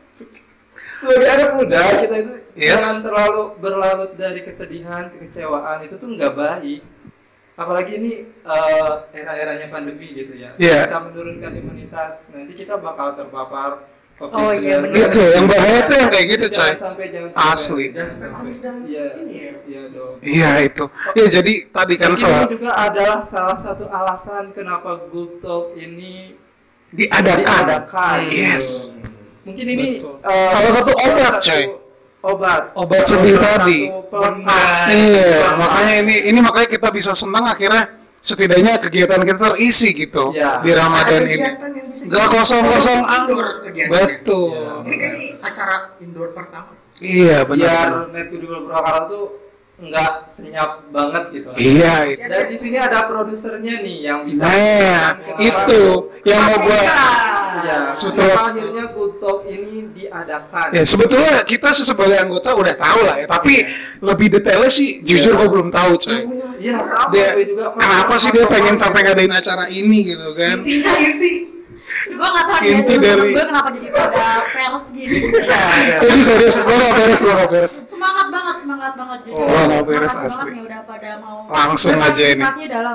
Speaker 5: Sebagai anak muda kita itu
Speaker 1: Yes.
Speaker 5: jangan terlalu berlarut dari kesedihan, kekecewaan, itu tuh nggak baik. Apalagi ini eh, era-eranya pandemi gitu ya.
Speaker 1: Iya.
Speaker 5: Bisa menurunkan imunitas. Nanti kita bakal terpapar covid
Speaker 4: Oh, iya,
Speaker 5: sembilan belas.
Speaker 4: bener.
Speaker 1: Itu yang bahaya tuh yang kayak gitu coy.
Speaker 5: Jangan sampai jangan sampai.
Speaker 1: Asli.
Speaker 2: Dan sampai panik dan
Speaker 5: Iya.
Speaker 2: ini ya.
Speaker 5: Iya dong.
Speaker 1: Iya itu. Ya jadi tadi kan
Speaker 5: Dan
Speaker 1: soal
Speaker 5: ini juga adalah salah satu alasan kenapa Good Talk ini
Speaker 1: diadakan.
Speaker 5: diadakan.
Speaker 1: Hmm, yes.
Speaker 5: Mungkin ini
Speaker 1: Betul.
Speaker 5: eh,
Speaker 1: Salah satu obat,
Speaker 5: satu
Speaker 1: coy.
Speaker 5: Obat.
Speaker 1: Obat sedih
Speaker 5: Salah
Speaker 1: tadi.
Speaker 5: satu pelengkap.
Speaker 1: Iya, makanya ini ini makanya kita bisa senang akhirnya setidaknya kegiatan kita terisi gitu
Speaker 5: Iya.
Speaker 1: di Ramadan
Speaker 2: Ada
Speaker 1: ini.
Speaker 2: kegiatan yang bisa
Speaker 1: Gak
Speaker 2: kita-
Speaker 1: kosong-kosong
Speaker 2: Indoor
Speaker 1: amat.
Speaker 2: kegiatannya.
Speaker 1: Betul.
Speaker 5: Iya.
Speaker 2: Ini kayak acara indoor pertama.
Speaker 1: Iya
Speaker 5: Biar
Speaker 1: benar.
Speaker 5: Net Goodwill Purwakarta tuh nggak senyap banget gitu.
Speaker 1: Iya itu.
Speaker 5: Dan di sini ada produsernya nih yang bisa.
Speaker 1: Nah,
Speaker 5: menjelaskan
Speaker 1: itu yang mau buat.
Speaker 5: Ya,
Speaker 1: Sutra-
Speaker 5: kenapa akhirnya Good Talk ini diadakan.
Speaker 1: Ya sebetulnya kita sebagai anggota udah tahu lah ya, tapi lebih detailnya sih jujur
Speaker 5: Iya.
Speaker 1: gue belum tahu coy.
Speaker 5: Iya, sama
Speaker 1: Dia
Speaker 5: gue juga.
Speaker 1: kenapa sih dia pengen sampai ngadain acara ini gitu kan?
Speaker 2: Intinya inti.
Speaker 4: Gue nggak tahu dia
Speaker 1: Inti
Speaker 4: dulu
Speaker 1: dari-
Speaker 4: gue kenapa jadi pada pers gini.
Speaker 1: Jadi serius, lo gak beres, lo gak beres.
Speaker 4: Semangat banget, semangat banget jadi.
Speaker 1: Oh, nggak beres
Speaker 4: Makasih
Speaker 1: asli.
Speaker 4: banget nih udah pada mau
Speaker 1: Langsung aja ini.
Speaker 4: berpartisipasi dalam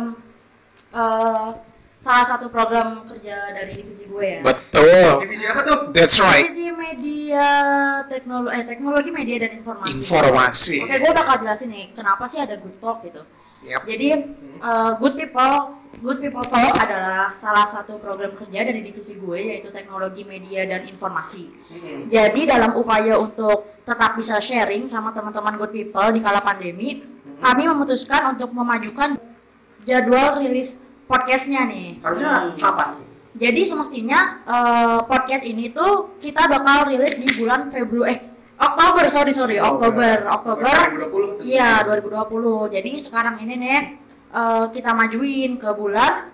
Speaker 4: eh, salah satu program kerja dari divisi gue ya.
Speaker 1: Betul,
Speaker 2: Divisi apa tuh?
Speaker 1: that's right.
Speaker 4: Divisi media teknologi, eh teknologi media dan informasi.
Speaker 1: Informasi.
Speaker 4: Oke, gue bakal jelasin nih kenapa sih ada Good Talk gitu.
Speaker 1: Yap.
Speaker 4: Jadi eh, Good People, Good People Talk adalah salah satu program kerja dari divisi gue yaitu teknologi media dan informasi. Jadi dalam upaya untuk tetap bisa sharing sama teman-teman Good People di kala pandemi, kami memutuskan untuk memajukan jadwal rilis podcastnya nih.
Speaker 2: Harusnya kapan?
Speaker 4: Jadi semestinya eh, podcast ini tuh kita bakal rilis di bulan Februari, eh Oktober, sorry sorry Oktober, Oktober.
Speaker 2: dua ribu dua puluh.
Speaker 4: Iya, dua ribu dua puluh. Jadi sekarang ini nih eh, kita majuin ke bulan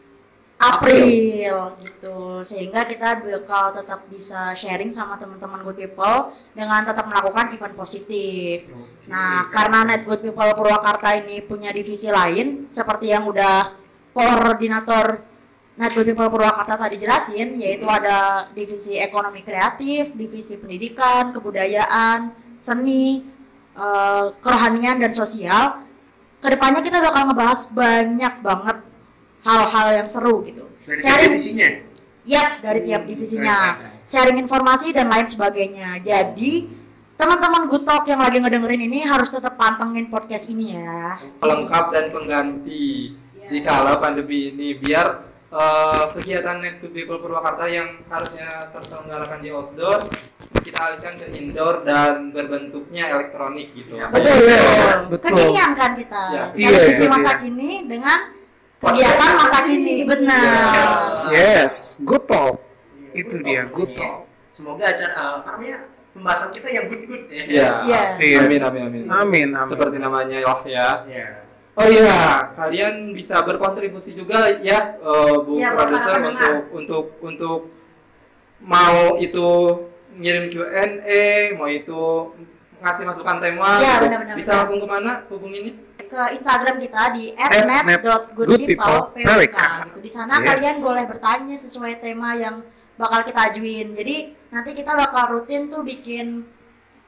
Speaker 4: April gitu. Sehingga kita bakal tetap bisa sharing sama teman-teman Good People dengan tetap melakukan event positif. Nah, karena Net Good People Purwakarta ini punya divisi lain seperti yang udah koordinator Net Good People Purwakarta tadi jelasin, yaitu ada divisi ekonomi kreatif, divisi pendidikan, kebudayaan, seni, eh, kerohanian dan sosial. Kedepannya kita bakal ngebahas banyak banget hal-hal yang seru gitu.
Speaker 2: Dari
Speaker 4: Sharing,
Speaker 2: divisinya.
Speaker 4: yap, dari tiap divisinya. Sharing informasi dan lain sebagainya. Jadi teman-teman Good Talk yang lagi ngedengerin ini harus tetap pantengin podcast ini ya.
Speaker 5: Pelengkap dan pengganti
Speaker 4: Iya.
Speaker 5: di kala pandemi ini biar eh, kegiatan Net Good People Purwakarta yang harusnya terselenggarakan di outdoor kita alihkan ke indoor dan berbentuknya elektronik gitu.
Speaker 4: Betul,
Speaker 1: Iya, betul.
Speaker 4: Kekinian kan kita.
Speaker 5: Ya.
Speaker 4: Dari
Speaker 1: Iya,
Speaker 4: sisi
Speaker 1: iya.
Speaker 4: masa kini dengan kegiatan masa kini, benar.
Speaker 1: Yes, good talk. Itu dia, good talk.
Speaker 2: Semoga acara uh, apa namanya pembahasan kita yang good-good ya.
Speaker 5: Iya.
Speaker 4: Iya.
Speaker 1: Iya.
Speaker 5: Amin amin amin.
Speaker 1: Amin, amin.
Speaker 5: Seperti namanya lah ya.
Speaker 2: Iya.
Speaker 5: Oh iya, kalian bisa berkontribusi juga ya, eh, Bu
Speaker 4: Ya, buat
Speaker 5: produser
Speaker 4: para
Speaker 5: untuk
Speaker 4: pendengar.
Speaker 5: untuk untuk mau itu ngirim Q and A, mau itu ngasih masukan tema,
Speaker 4: Ya,
Speaker 5: gitu.
Speaker 4: benar-benar.
Speaker 5: bisa langsung kemana hubunginnya?
Speaker 4: Ke Instagram kita di
Speaker 1: at
Speaker 4: at
Speaker 1: net
Speaker 4: net dot good people p w k
Speaker 1: goodpeople
Speaker 4: gitu. Di sana
Speaker 1: Yes.
Speaker 4: kalian boleh bertanya sesuai tema yang bakal kita ajuin. Jadi nanti kita bakal rutin tuh bikin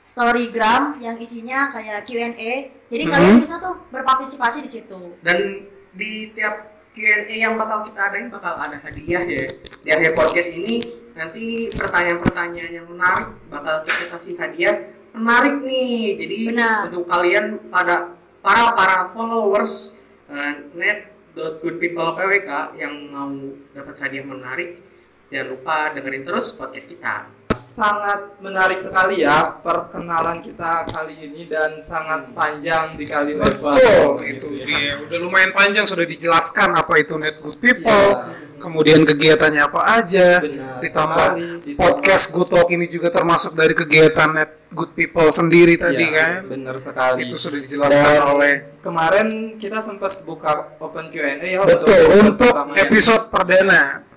Speaker 4: storygram yang isinya kayak Q and A. Jadi
Speaker 1: Mhm.
Speaker 4: kalian bisa tuh berpartisipasi di situ.
Speaker 2: Dan di tiap Q and A yang bakal kita adain bakal ada hadiah ya. Di akhir podcast ini nanti pertanyaan-pertanyaan yang menarik bakal kita kasih hadiah menarik nih. Jadi
Speaker 4: Benar.
Speaker 2: untuk kalian pada para para followers uh, net.goodpeoplepwk yang mau dapat hadiah menarik, jangan lupa dengerin terus podcast kita.
Speaker 5: Sangat menarik sekali ya perkenalan kita kali ini dan sangat panjang dikali lebar.
Speaker 1: Betul, itu
Speaker 5: Gitu ya.
Speaker 1: dia. Udah lumayan panjang sudah dijelaskan apa itu Net Good People,
Speaker 5: Iya.
Speaker 1: kemudian kegiatannya apa aja,
Speaker 5: Benar
Speaker 1: ditambah
Speaker 5: sekali. Ditambah-
Speaker 1: podcast Good Talk ini juga termasuk dari kegiatan Net Good People sendiri tadi
Speaker 5: Iya,
Speaker 1: kan.
Speaker 5: benar sekali.
Speaker 1: Itu sudah dijelaskan
Speaker 5: Dan
Speaker 1: oleh
Speaker 5: kemarin kita sempat buka open Q and A ya
Speaker 1: betul
Speaker 5: episode
Speaker 1: untuk
Speaker 5: pertamanya.
Speaker 1: episode perdana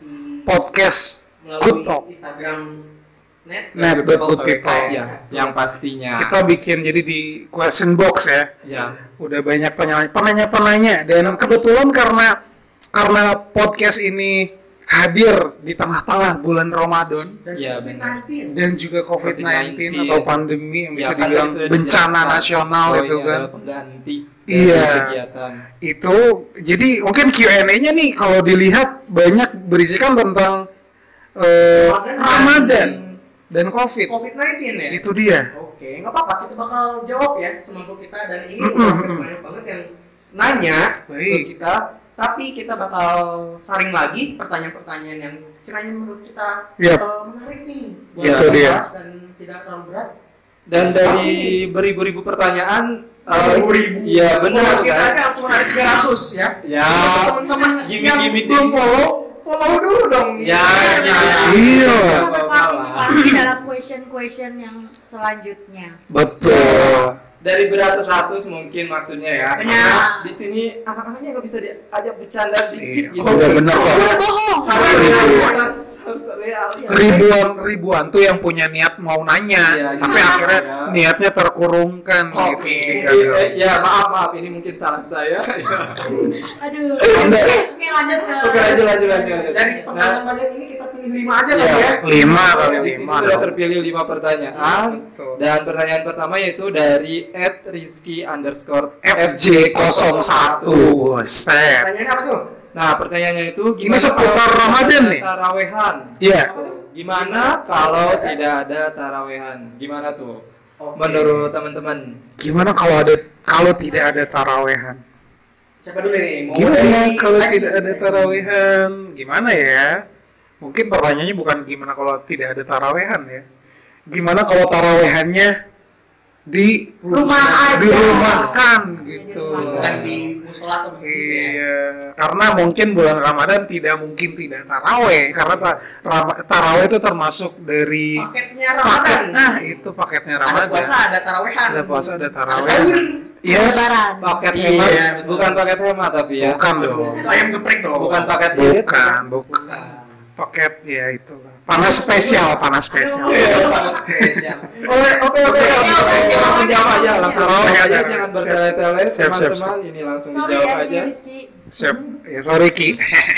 Speaker 1: podcast Good
Speaker 2: Melalui
Speaker 1: Talk.
Speaker 2: Instagram net
Speaker 1: Net Good People.
Speaker 5: Ya, yang pastinya.
Speaker 1: Kita bikin jadi di question box ya.
Speaker 5: Ya.
Speaker 1: Udah banyak penanya- penanya-penanya dan kebetulan karena karena podcast ini hadir di tengah-tengah bulan Ramadan
Speaker 2: dan
Speaker 5: Iya,
Speaker 2: covid
Speaker 5: benar.
Speaker 2: sembilan belas.
Speaker 1: dan juga covid sembilan belas
Speaker 5: covid sembilan belas
Speaker 1: atau pandemi yang
Speaker 5: Ya,
Speaker 1: bisa
Speaker 5: kan
Speaker 1: dibilang
Speaker 5: tadi sudah
Speaker 1: bencana
Speaker 5: dijelaskan
Speaker 1: nasional
Speaker 5: bahwa
Speaker 1: itu
Speaker 5: ini
Speaker 1: kan.
Speaker 5: adalah pengganti dari
Speaker 1: Iya.
Speaker 5: kegiatan.
Speaker 1: Itu jadi mungkin Q and A-nya nih kalau dilihat banyak berisikan tentang eh,
Speaker 2: Ramadan.
Speaker 1: Ramadan dan covid.
Speaker 2: covid sembilan belas ya.
Speaker 1: Itu dia.
Speaker 2: Oke, nggak apa-apa, kita bakal jawab ya semampu kita dan ini
Speaker 1: Mm-mm.
Speaker 2: udah banyak banget yang nanya ke
Speaker 1: Baik.
Speaker 2: kita, tapi kita bakal saring lagi pertanyaan-pertanyaan yang sekiranya menurut kita
Speaker 1: Yap.
Speaker 2: eh, menarik nih buat
Speaker 1: Itu
Speaker 2: kita
Speaker 1: dia.
Speaker 2: bahas dan tidak terlalu berat.
Speaker 5: Dan dari
Speaker 2: Pasti.
Speaker 5: beribu-ribu pertanyaan, eh,
Speaker 2: Beribu-ribu.
Speaker 5: iya benar
Speaker 2: Follower kita
Speaker 5: kan?
Speaker 2: ada cuma ada tiga ratus ya.
Speaker 5: Ya,
Speaker 2: Untuk teman-teman yang
Speaker 5: gimmick-gimmick
Speaker 2: belum
Speaker 5: di-
Speaker 2: follow, follow dulu dong.
Speaker 5: Ya, ya.
Speaker 1: Iya.
Speaker 4: Bisa berpartisipasi dalam question-question yang selanjutnya.
Speaker 1: Betul.
Speaker 5: Dari beratus-ratus mungkin maksudnya ya.
Speaker 4: Benar.
Speaker 5: Karena di sini anak-anaknya nggak bisa diajak bercanda dikit
Speaker 1: Iya.
Speaker 5: gitu.
Speaker 1: Oh, udah bener kok.
Speaker 4: Udah bohong.
Speaker 5: Karena
Speaker 1: Ribuan.
Speaker 5: harus harus real. ya.
Speaker 1: ribuan ribuan tuh yang punya niat mau nanya
Speaker 5: Iya,
Speaker 1: tapi
Speaker 5: iya.
Speaker 1: akhirnya
Speaker 5: Iya.
Speaker 1: niatnya terkurungkan
Speaker 2: Oke.
Speaker 1: gitu.
Speaker 5: Mungkin, eh, ya maaf maaf ini mungkin salah saya.
Speaker 4: Aduh.
Speaker 1: Anda-
Speaker 4: Oke, lanjut ke.
Speaker 5: Oke lanjut lanjut lanjut. lanjut.
Speaker 2: Dari
Speaker 5: Nah,
Speaker 2: pertanyaan banyak ini kita pilih lima aja
Speaker 5: Iya.
Speaker 2: kali ya.
Speaker 1: Lima kali
Speaker 5: di sini
Speaker 1: lima
Speaker 5: sudah
Speaker 1: dong.
Speaker 5: terpilih lima pertanyaan.
Speaker 1: Betul.
Speaker 5: Dan pertanyaan pertama yaitu dari at rizky underscore
Speaker 1: F J nol satu. Buset.
Speaker 2: Pertanyaannya apa tuh?
Speaker 5: Nah pertanyaannya itu
Speaker 1: Ini
Speaker 5: gimana
Speaker 1: seputar
Speaker 5: kalau
Speaker 1: Ramadan
Speaker 5: tidak
Speaker 1: nih.
Speaker 5: ada Tarawehan.
Speaker 1: Iya.
Speaker 5: Gimana kalau tidak ada tarawehan? Gimana tuh?
Speaker 2: Oke.
Speaker 5: Menurut teman-teman?
Speaker 1: Gimana kalau ada kalau tidak ada tarawehan?
Speaker 2: Siapa dulu nih? Mau
Speaker 1: Gimana
Speaker 2: dari-
Speaker 1: kalau
Speaker 2: Lagi.
Speaker 1: tidak ada tarawehan? Gimana ya? Mungkin pertanyaannya bukan gimana kalau tidak ada tarawehan ya. Gimana kalau tarawehannya di
Speaker 4: Rumah aja.
Speaker 1: dirumahkan gitu.
Speaker 2: Bukan di musola atau masjid ya.
Speaker 1: Iya, karena mungkin bulan Ramadan tidak mungkin tidak taraweh karena ta- Ram- taraweh itu termasuk dari
Speaker 2: Paketnya
Speaker 1: paket.
Speaker 2: Ramadan.
Speaker 1: Nah, itu paketnya
Speaker 2: Ada
Speaker 1: Ramadan.
Speaker 2: puasa, ada tarawehan.
Speaker 1: Ada puasa, ada
Speaker 2: Ada
Speaker 1: taraweh.
Speaker 2: sahur.
Speaker 1: Yes.
Speaker 4: Lebaran.
Speaker 5: Paket
Speaker 2: Iya,
Speaker 5: hemat,
Speaker 2: betul.
Speaker 5: bukan paket hemat tapi ya.
Speaker 1: Bukan dong.
Speaker 2: Itu ayam geprek dong.
Speaker 5: Bukan paket irit.
Speaker 1: Bukan, bukan.
Speaker 2: Bukan.
Speaker 1: Paket ya itu. Panas spesial, panas spesial.
Speaker 2: Iya, panas spesial.
Speaker 5: Oke, oke, oke,
Speaker 2: Oke,
Speaker 5: oke,
Speaker 2: oke,
Speaker 5: oke, langsung jawab aja, langsung
Speaker 1: Oh,
Speaker 5: jawab
Speaker 1: iya,
Speaker 5: aja,
Speaker 1: iya.
Speaker 5: jangan
Speaker 1: Siap.
Speaker 5: bertele-tele,
Speaker 1: Siap, siap,
Speaker 5: teman-teman. Ini langsung
Speaker 4: Sorry
Speaker 5: dijawab
Speaker 4: ya,
Speaker 5: aja.
Speaker 4: ini Rizky.
Speaker 1: Siap. Ya sorry Ki.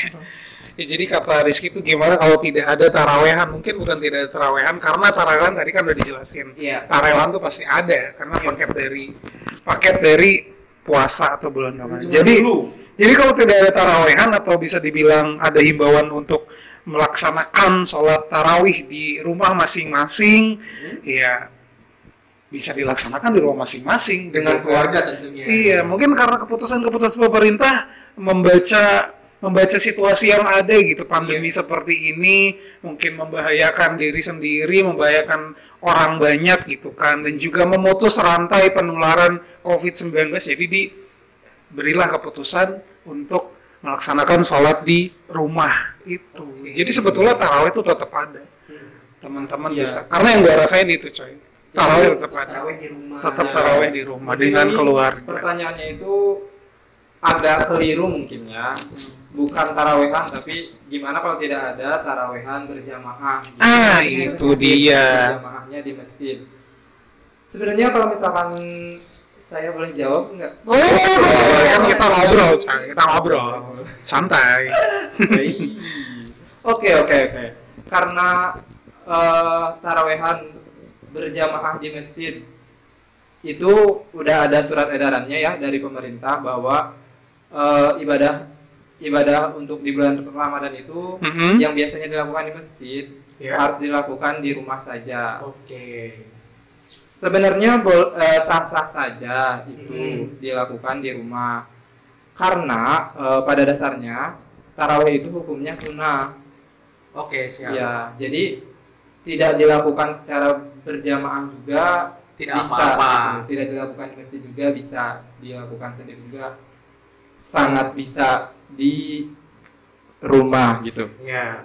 Speaker 1: Ya, jadi kata Rizky itu gimana kalau tidak ada tarawehan? Mungkin bukan tidak ada tarawehan karena tarawehan tadi kan udah dijelasin.
Speaker 2: Iya.
Speaker 1: Tarawehan tuh pasti ada karena paket dari paket dari puasa atau bulan Ramadan. Jadi jadi kalau tidak ada tarawehan atau bisa dibilang ada himbauan untuk melaksanakan sholat tarawih di rumah masing-masing, ya bisa dilaksanakan di rumah masing-masing
Speaker 2: Dengan
Speaker 1: gitu kan.
Speaker 2: keluarga tentunya.
Speaker 1: Iya, mungkin karena keputusan-keputusan pemerintah membaca membaca situasi yang ada gitu, pandemi seperti ini mungkin membahayakan diri sendiri, membahayakan orang banyak gitu kan, dan juga memutus rantai penularan covid sembilan belas. Jadi diberilah keputusan untuk melaksanakan sholat di rumah itu. Jadi sebetulnya tarawih itu tetap ada, teman-teman
Speaker 5: Iya.
Speaker 1: bisa. Karena yang gue rasain itu coy, tarawih tetap ada.
Speaker 2: Tarawih di rumah.
Speaker 1: Tetap
Speaker 5: Iya.
Speaker 1: tarawih di rumah
Speaker 5: Mungkin
Speaker 1: dengan
Speaker 5: ini
Speaker 1: keluarga.
Speaker 5: Pertanyaannya itu agak keliru mungkin ya. Bukan tarawehan tapi gimana kalau tidak ada tarawehan berjamaah? gitu.
Speaker 1: Ah,
Speaker 5: Di
Speaker 1: itu
Speaker 5: masjid,
Speaker 1: dia.
Speaker 5: Berjamaahnya di masjid. Sebenarnya kalau misalkan saya boleh jawab enggak?
Speaker 4: Boleh, boleh, boleh.
Speaker 1: Kan kita ngobrol, Cang. Kita ngobrol. Santai.
Speaker 5: Oke oke oke. Karena eh, tarawehan berjamaah di masjid itu udah ada surat edarannya ya dari pemerintah bahwa uh, ibadah ibadah untuk di bulan Ramadan itu
Speaker 1: Mm-hmm.
Speaker 5: yang biasanya dilakukan di masjid
Speaker 2: Ya.
Speaker 5: harus dilakukan di rumah saja.
Speaker 2: Oke.
Speaker 5: Sebenarnya bol- eh, sah-sah saja itu
Speaker 2: Mhm.
Speaker 5: dilakukan di rumah karena eh, pada dasarnya tarawih itu hukumnya sunnah.
Speaker 2: Oke, siap.
Speaker 5: Ya, jadi tidak dilakukan secara berjamaah juga
Speaker 2: Tidak
Speaker 5: bisa,
Speaker 2: apa-apa.
Speaker 5: gitu. Tidak dilakukan di masjid juga bisa, dilakukan sendiri juga sangat bisa di rumah gitu.
Speaker 2: Ya.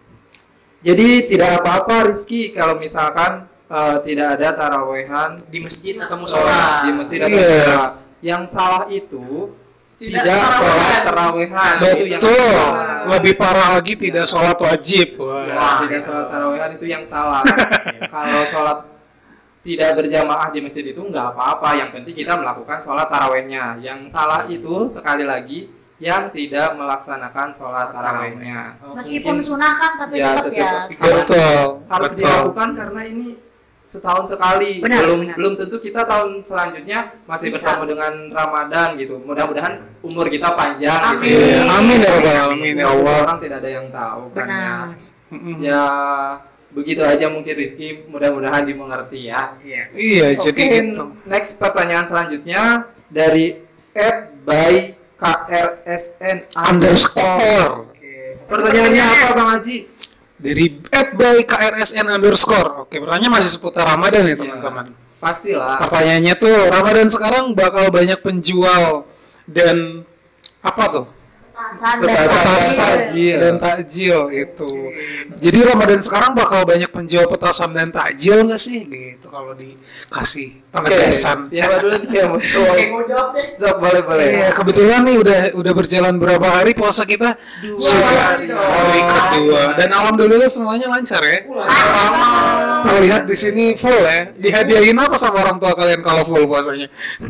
Speaker 5: Jadi tidak apa-apa Rizky kalau misalkan eh, tidak ada tarawehan
Speaker 2: Di masjid atau
Speaker 5: sholat
Speaker 2: musola.
Speaker 5: di masjid atau
Speaker 1: Iya.
Speaker 5: musola. Yang salah itu
Speaker 2: Tidak
Speaker 5: tidak, sholat
Speaker 2: tarawehan.
Speaker 5: tarawehan. Itu yang
Speaker 1: Betul.
Speaker 5: salah.
Speaker 1: Lebih parah lagi tidak sholat wajib. Wah.
Speaker 5: Wah, tidak sholat tarawehan itu yang salah. Kalau sholat tidak berjamaah di masjid itu nggak apa-apa. Yang penting kita melakukan sholat tarawehnya. Yang salah itu sekali lagi yang tidak melaksanakan sholat tarawehnya.
Speaker 4: Meskipun
Speaker 5: Mungkin
Speaker 4: sunah kan tapi
Speaker 5: Ya,
Speaker 4: tetap ya.
Speaker 5: tetap.
Speaker 1: Betul.
Speaker 5: harus
Speaker 1: Betul.
Speaker 5: dilakukan karena ini setahun sekali.
Speaker 4: Benar,
Speaker 5: belum
Speaker 4: benar.
Speaker 5: belum tentu kita tahun selanjutnya masih
Speaker 4: Bisa.
Speaker 5: bersama dengan Ramadan gitu. Mudah-mudahan umur kita panjang
Speaker 4: Amin.
Speaker 5: gitu.
Speaker 1: Iya, amin ya rabbal alamin ya Allah.
Speaker 5: Orang tidak ada yang tahu kan ya.
Speaker 4: Benar.
Speaker 1: Mm-mm.
Speaker 5: Ya begitu aja mungkin Rizky, mudah-mudahan dimengerti ya.
Speaker 2: Iya.
Speaker 1: Iya,
Speaker 5: Oke,
Speaker 1: jadi gitu.
Speaker 5: next pertanyaan selanjutnya dari at by K R S N
Speaker 1: Underscore
Speaker 5: Pertanyaannya apa Bang Haji?
Speaker 1: dari at by K R S N underscore. Oke, pertanyaan masih seputar Ramadan ya
Speaker 5: Iya.
Speaker 1: teman-teman.
Speaker 5: Pastilah.
Speaker 1: Pertanyaannya tuh Ramadan sekarang bakal banyak penjual dan apa tuh?
Speaker 4: Petasan dan
Speaker 5: Petasan
Speaker 4: takjil.
Speaker 5: takjil.
Speaker 1: Dan takjil itu. Jadi Ramadan sekarang bakal banyak penjual petasan dan takjil nggak sih? Gitu kalau dikasih
Speaker 5: Oke,
Speaker 1: penegasan.
Speaker 5: siapa dulu nih yang mau
Speaker 2: Oke, mau jawab deh.
Speaker 5: Sok, boleh boleh.
Speaker 1: Iya, kebetulan nih udah udah berjalan berapa hari puasa kita?
Speaker 4: Dua.
Speaker 1: Sudah
Speaker 5: hari dong.
Speaker 1: hari kedua dan alhamdulillah semuanya lancar ya. Terlihat di sini full ya. Dihadiahin apa sama orang tua kalian kalau full puasanya?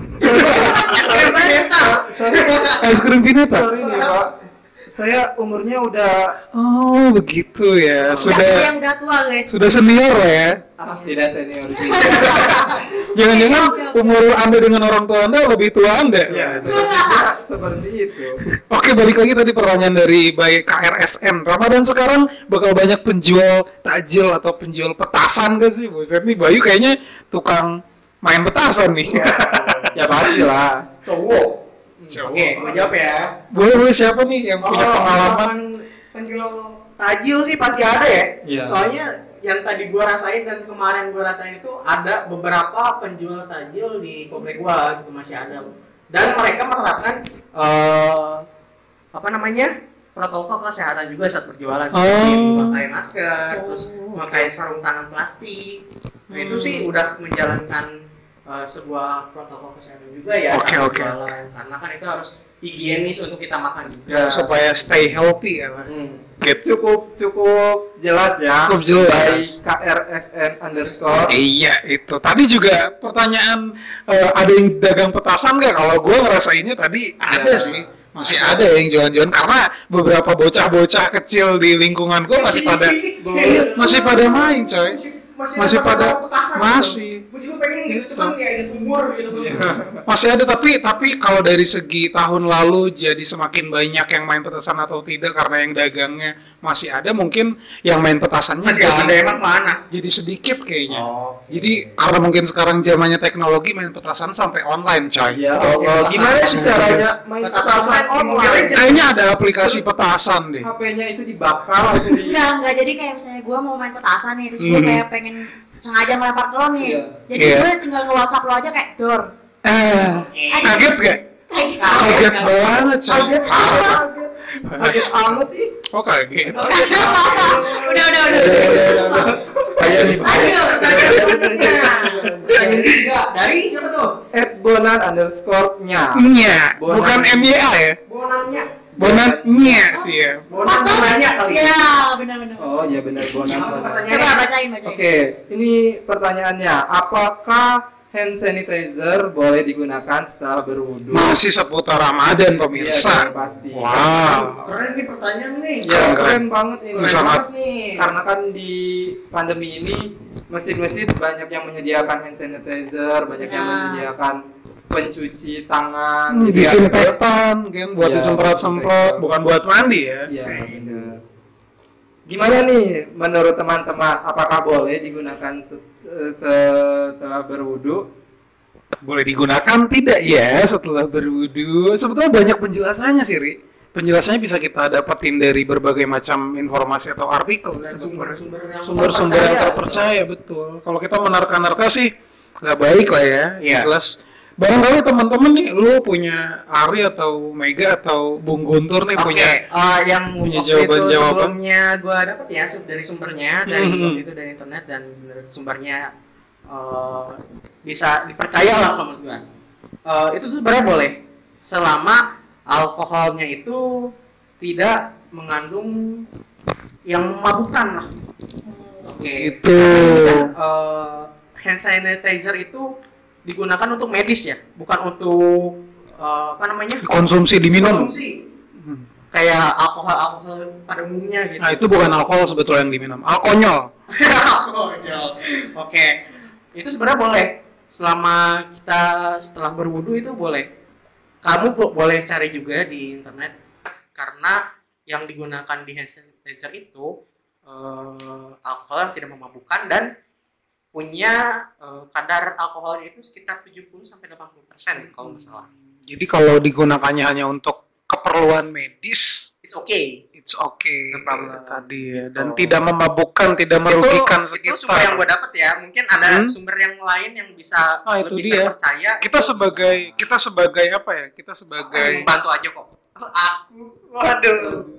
Speaker 5: Sorry,
Speaker 1: Es krim pinata.
Speaker 5: sorry nih Pak. Saya umurnya udah
Speaker 1: Oh, begitu ya.
Speaker 4: Sudah
Speaker 1: Sudah
Speaker 4: yang udah tua guys.
Speaker 1: sudah senior lah ya.
Speaker 5: ah, tidak senior.
Speaker 1: Jangan-jangan umur Anda dengan orang tua Anda lebih tua Anda.
Speaker 5: Ya, sepertinya seperti itu.
Speaker 1: Oke, balik lagi tadi pertanyaan dari by K R S N. Ramadan sekarang bakal banyak penjual takjil atau penjual petasan gak sih? Buset nih Bayu kayaknya tukang main petasan nih.
Speaker 5: Ya pastilah.
Speaker 2: Cowok.
Speaker 1: Cowok.
Speaker 2: Oke, gue jawab ya.
Speaker 1: Boleh boleh siapa nih yang punya
Speaker 2: Kalau
Speaker 1: pengalaman?
Speaker 2: misalkan penjual takjil sih pasti ada ya.
Speaker 5: Iya.
Speaker 2: Soalnya yang tadi gua rasain dan kemarin gua rasain itu ada beberapa penjual takjil di komplek gua gitu masih ada. Dan mereka menerapkan eh apa namanya? Protokol kesehatan juga saat berjualan seperti
Speaker 1: Oh.
Speaker 2: memakai masker, terus memakai sarung tangan plastik. Nah, itu sih udah menjalankan eh, sebuah protokol kesehatan juga ya
Speaker 1: Oke,
Speaker 2: saat
Speaker 1: oke,
Speaker 2: berjualan. Karena kan itu harus higienis untuk kita makan juga.
Speaker 1: Supaya stay healthy ya. Pak.
Speaker 2: Hmm.
Speaker 1: Gitu.
Speaker 5: Cukup cukup jelas ya.
Speaker 1: Cukup jelas.
Speaker 5: By K R S N underscore.
Speaker 1: Iya itu. Tadi juga pertanyaan eh, ada yang dagang petasan nggak? Kalau gue ngerasainnya tadi ada
Speaker 5: Ya.
Speaker 1: sih. Masih ada yang jualan-jualan karena beberapa bocah-bocah kecil di lingkungan gue masih pada masih pada main coy. Masih pada masih.
Speaker 2: Gue juga pengen gitu, cuman ya inget umur gitu.
Speaker 1: Masih ada tapi tapi kalau dari segi tahun lalu jadi semakin banyak yang main petasan atau tidak karena yang dagangnya masih ada, mungkin yang main petasannya
Speaker 2: Masih
Speaker 1: jadi,
Speaker 2: ada emang mana?
Speaker 1: jadi sedikit kayaknya.
Speaker 2: Oh.
Speaker 1: Jadi karena mungkin sekarang zamannya teknologi main petasan sampai online coy.
Speaker 5: Ya Allah, gimana sih caranya main petasan online?
Speaker 1: Kayaknya ada aplikasi petasan deh.
Speaker 5: H P-nya itu dibakar langsung di.
Speaker 4: Enggak, enggak. Jadi kayak misalnya gue mau main petasan nih, terus gue
Speaker 1: Hmm.
Speaker 4: kayak pengen sengaja ngelempar ke lo nih.
Speaker 5: Iya.
Speaker 4: Jadi
Speaker 1: Iya.
Speaker 4: gue tinggal nge-WhatsApp lo aja kayak Dor.
Speaker 1: Eh, kaget gak?
Speaker 4: Kayak gitu.
Speaker 1: Kaget banget coy.
Speaker 5: Kaget, kaget, kaget amat ih.
Speaker 1: Oh kaget.
Speaker 4: Udah, udah, udah.
Speaker 5: Saya nih.
Speaker 4: Ayo, pertanyaan
Speaker 2: Pertanyaan ketiga dari siapa tuh?
Speaker 5: At Bonan underscore-nya.
Speaker 1: Nya, bukan M Y A ya.
Speaker 2: Bonannya.
Speaker 1: Bonannya sih ya.
Speaker 2: Bonan bonannya kali.
Speaker 4: Iya, benar-benar.
Speaker 5: Oh iya benar Bonan.
Speaker 2: Apa
Speaker 5: Bonan.
Speaker 2: pertanyaannya?
Speaker 4: Coba bacain, bacain.
Speaker 5: Oke, ini pertanyaannya. Apakah hand sanitizer boleh digunakan setelah berwudu.
Speaker 1: Masih seputar Ramadan
Speaker 5: Iya,
Speaker 1: pemirsa.
Speaker 5: dong, pasti.
Speaker 1: Wow.
Speaker 2: Keren nih pertanyaan nih.
Speaker 5: Ya,
Speaker 1: Keren,
Speaker 5: keren banget ini.
Speaker 1: Keren sangat.
Speaker 2: nih.
Speaker 5: Karena kan di pandemi ini masjid-masjid banyak yang menyediakan hand sanitizer, banyak yang
Speaker 4: Ya.
Speaker 5: menyediakan pencuci tangan,
Speaker 1: Hmm,
Speaker 5: gitu ya.
Speaker 1: disinfektan kan buat
Speaker 5: Iya,
Speaker 1: disemprot-semprot, bukan buat mandi ya.
Speaker 5: Iya, benar. Gimana nih menurut teman-teman? Apakah boleh digunakan se- eh, setelah berwudu?
Speaker 1: Boleh digunakan tidak ya setelah berwudu? Sebetulnya banyak penjelasannya sih, Ri. Penjelasannya bisa kita dapetin dari berbagai macam informasi atau artikel.
Speaker 2: Dan sumber-sumber yang
Speaker 1: Sumber-sumber yang terpercaya, betul. Kalau kita menerka-nerka sih nggak baik lah ya.
Speaker 2: Iya.
Speaker 1: Jelas. Barangkali teman-teman nih, lu punya Ari atau Mega atau Bung Guntur nih
Speaker 2: Oke,
Speaker 1: punya
Speaker 2: eh, yang
Speaker 1: punya
Speaker 2: waktu
Speaker 1: jawaban-jawaban.
Speaker 2: itu sebelumnya gue dapet ya sub- dari sumbernya dari
Speaker 1: Mhm.
Speaker 2: waktu itu dari internet dan menurut sumbernya eh, bisa dipercaya lah kalau menurut gue. Eh, itu tuh sebenarnya boleh selama alkoholnya itu tidak mengandung yang memabukkan lah. Oke.
Speaker 1: itu.
Speaker 2: Eh, hand sanitizer itu digunakan untuk medis ya, bukan untuk eh, apa namanya?
Speaker 1: Konsumsi diminum.
Speaker 2: Konsumsi.
Speaker 1: Hmm.
Speaker 2: Kayak alkohol alkohol pada umumnya gitu.
Speaker 1: Nah, itu bukan alkohol sebetulnya yang diminum. Alkonyol.
Speaker 2: Alkohol. Oke. Itu sebenarnya boleh. Selama kita setelah berwudu itu boleh. Kamu bo- boleh cari juga di internet karena yang digunakan di hand sanitizer itu eh, alkohol yang tidak memabukkan dan punya eh, kadar alkoholnya itu sekitar tujuh puluh sampai delapan puluh persen kalau nggak salah.
Speaker 1: Jadi kalau digunakannya hanya untuk keperluan medis,
Speaker 2: It's okay.
Speaker 1: it's okay
Speaker 2: No problem.
Speaker 1: tadi ya. Dan tidak memabukkan, tidak merugikan
Speaker 2: itu,
Speaker 1: sekitar.
Speaker 2: itu sumber yang gue dapet ya. Mungkin ada
Speaker 1: Hmm.
Speaker 2: sumber yang lain yang bisa
Speaker 1: Ah, itu
Speaker 2: lebih
Speaker 1: dia.
Speaker 2: terpercaya.
Speaker 1: Kita sebagai kita sebagai apa ya? Kita
Speaker 2: Aku
Speaker 1: sebagai
Speaker 2: membantu aja kok. Aku, waduh.